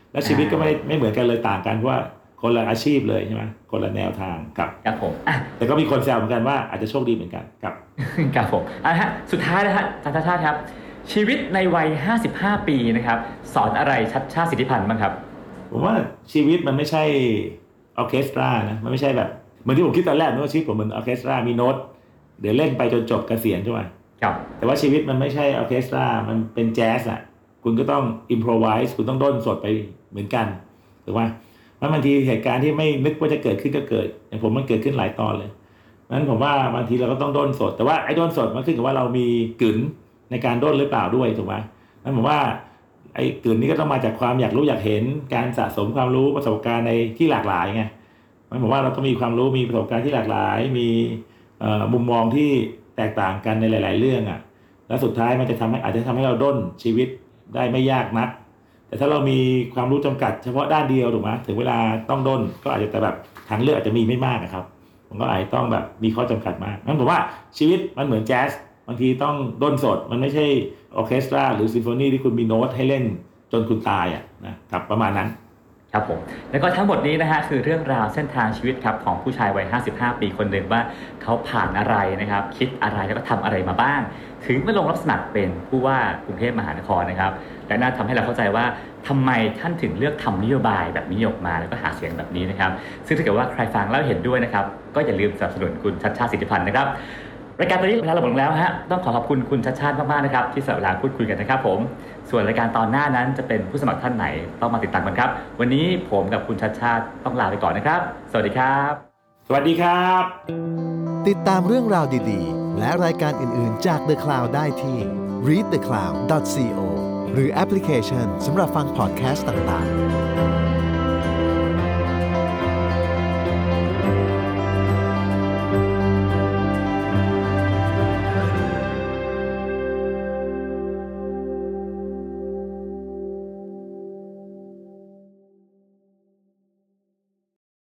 [SPEAKER 1] และชีวิตก็ไม่เหมือนกันเลยต่างกันเพราะว่าคนละอาชีพเลยใช่ไหมคนละแนวทางครับ
[SPEAKER 3] ครับผม
[SPEAKER 1] แต่ก็มีคนแซวเหมือนกันว่าอาจจะโชคดีเหมือนกันครับ
[SPEAKER 3] ครับผมฮะสุดท้ายนะฮะอาจารย์ชาติครับชีวิตในวัย55ปีนะครับสอนอะไรชัดชาติสิทธิพันธ์บ้างครับ
[SPEAKER 1] ผมว่าชีวิตมันไม่ใช่ออร์เคสตรานะมันไม่ใช่แบบเหมือนที่ผมคิดตอนแรกนึกว่าชีวิตผมเหมือนออร์เคสตรามีโน้ตเดี๋ยวเล่นไปจนจบเกษียณใช่ไหม
[SPEAKER 3] ครับ
[SPEAKER 1] แต่ว่าชีวิตมันไม่ใช่ออร์เคสตรามันเป็นแจ๊สอ่ะคุณก็ต้องอิมโพรไวส์คุณต้องด้นสดไปเหมือนกันถูกไหมบางทีเหตุการณ์ที่ไม่นึกว่าจะเกิดขึ้นก็เกิดอย่างผมมันเกิดขึ้นหลายตอนเลยนั้นผมว่าบางทีเราก็ต้องด้นสดแต่ว่าไอ้ด้นสดมันขึ้นกับว่าเรามีกลืนในการด้นหรือเปล่าด้วยถูกไหมนั้นผมว่าไอ้กลืนนี้ก็ต้องมาจากความอยากรู้อยากเห็นการสะสมความรู้ประสบการณ์ในที่หลากหลายไงนั้นผมว่าเราต้องมีความรู้มีประสบการณ์ที่หลากหลายมีมุมมองที่แตกต่างกันในหลายๆเรื่องอ่ะแล้วสุดท้ายมันจะอาจจะทำให้เราด้นชีวิตได้ไม่ยากนักแต่ถ้าเรามีความรู้จำกัดเฉพาะด้านเดียวถูกไหมถึงเวลาต้องด้นก็อาจจะแต่แบบทางเลือกอาจจะมีไม่มากนะครับผมก็อาจจะต้องแบบมีข้อจำกัดมากงั้นผมว่าชีวิตมันเหมือนแจ๊สบางทีต้องด้นสดมันไม่ใช่ออร์เคสตราหรือซิมโฟนีที่คุณมีโน้ตให้เล่นจนคุณตายนะครับประมาณนั้น
[SPEAKER 3] ครับผมแล้วก็ทั้งหมดนี้นะฮะคือเรื่องราวเส้นทางชีวิตครับของผู้ชายวัย55ปีคนหนึ่งว่าเขาผ่านอะไรนะครับคิดอะไรแล้วก็ทำอะไรมาบ้างถึงมาลงรับสมัครเป็นผู้ว่ากรุงเทพมหานครนะครับและน่าทำให้เราเข้าใจว่าทำไมท่านถึงเลือกทำนโยบายแบบนี้ออกมาแล้วก็หาเสียงแบบนี้นะครับซึ่งถ้าเกิดว่าใครฟังแล้วเห็นด้วยนะครับก็อย่าลืมสนับสนุนคุณชัชชาติสิทธิพันธ์นะครับรายการตอนนี้เวลาเราหมดลงแล้วฮะต้องขอคุณชัชชาติมากๆนะครับที่สละเวลาพูดคุยกันนะครับผมส่วนรายการตอนหน้านั้นจะเป็นผู้สมัครท่านไหนต้องมาติดตามกันครับวันนี้ผมกับคุณชัชชาติต้องลาไปก่อนนะครับสวัสดีครับ
[SPEAKER 1] สวัสดีครับ
[SPEAKER 2] ติดตามเรื่องราวดีๆและรายการอื่นๆจาก The Cloud ได้ที่ readthecloud.co หรือแอปพลิเคชันสำหรับฟังพอดแคสต์ต่างๆ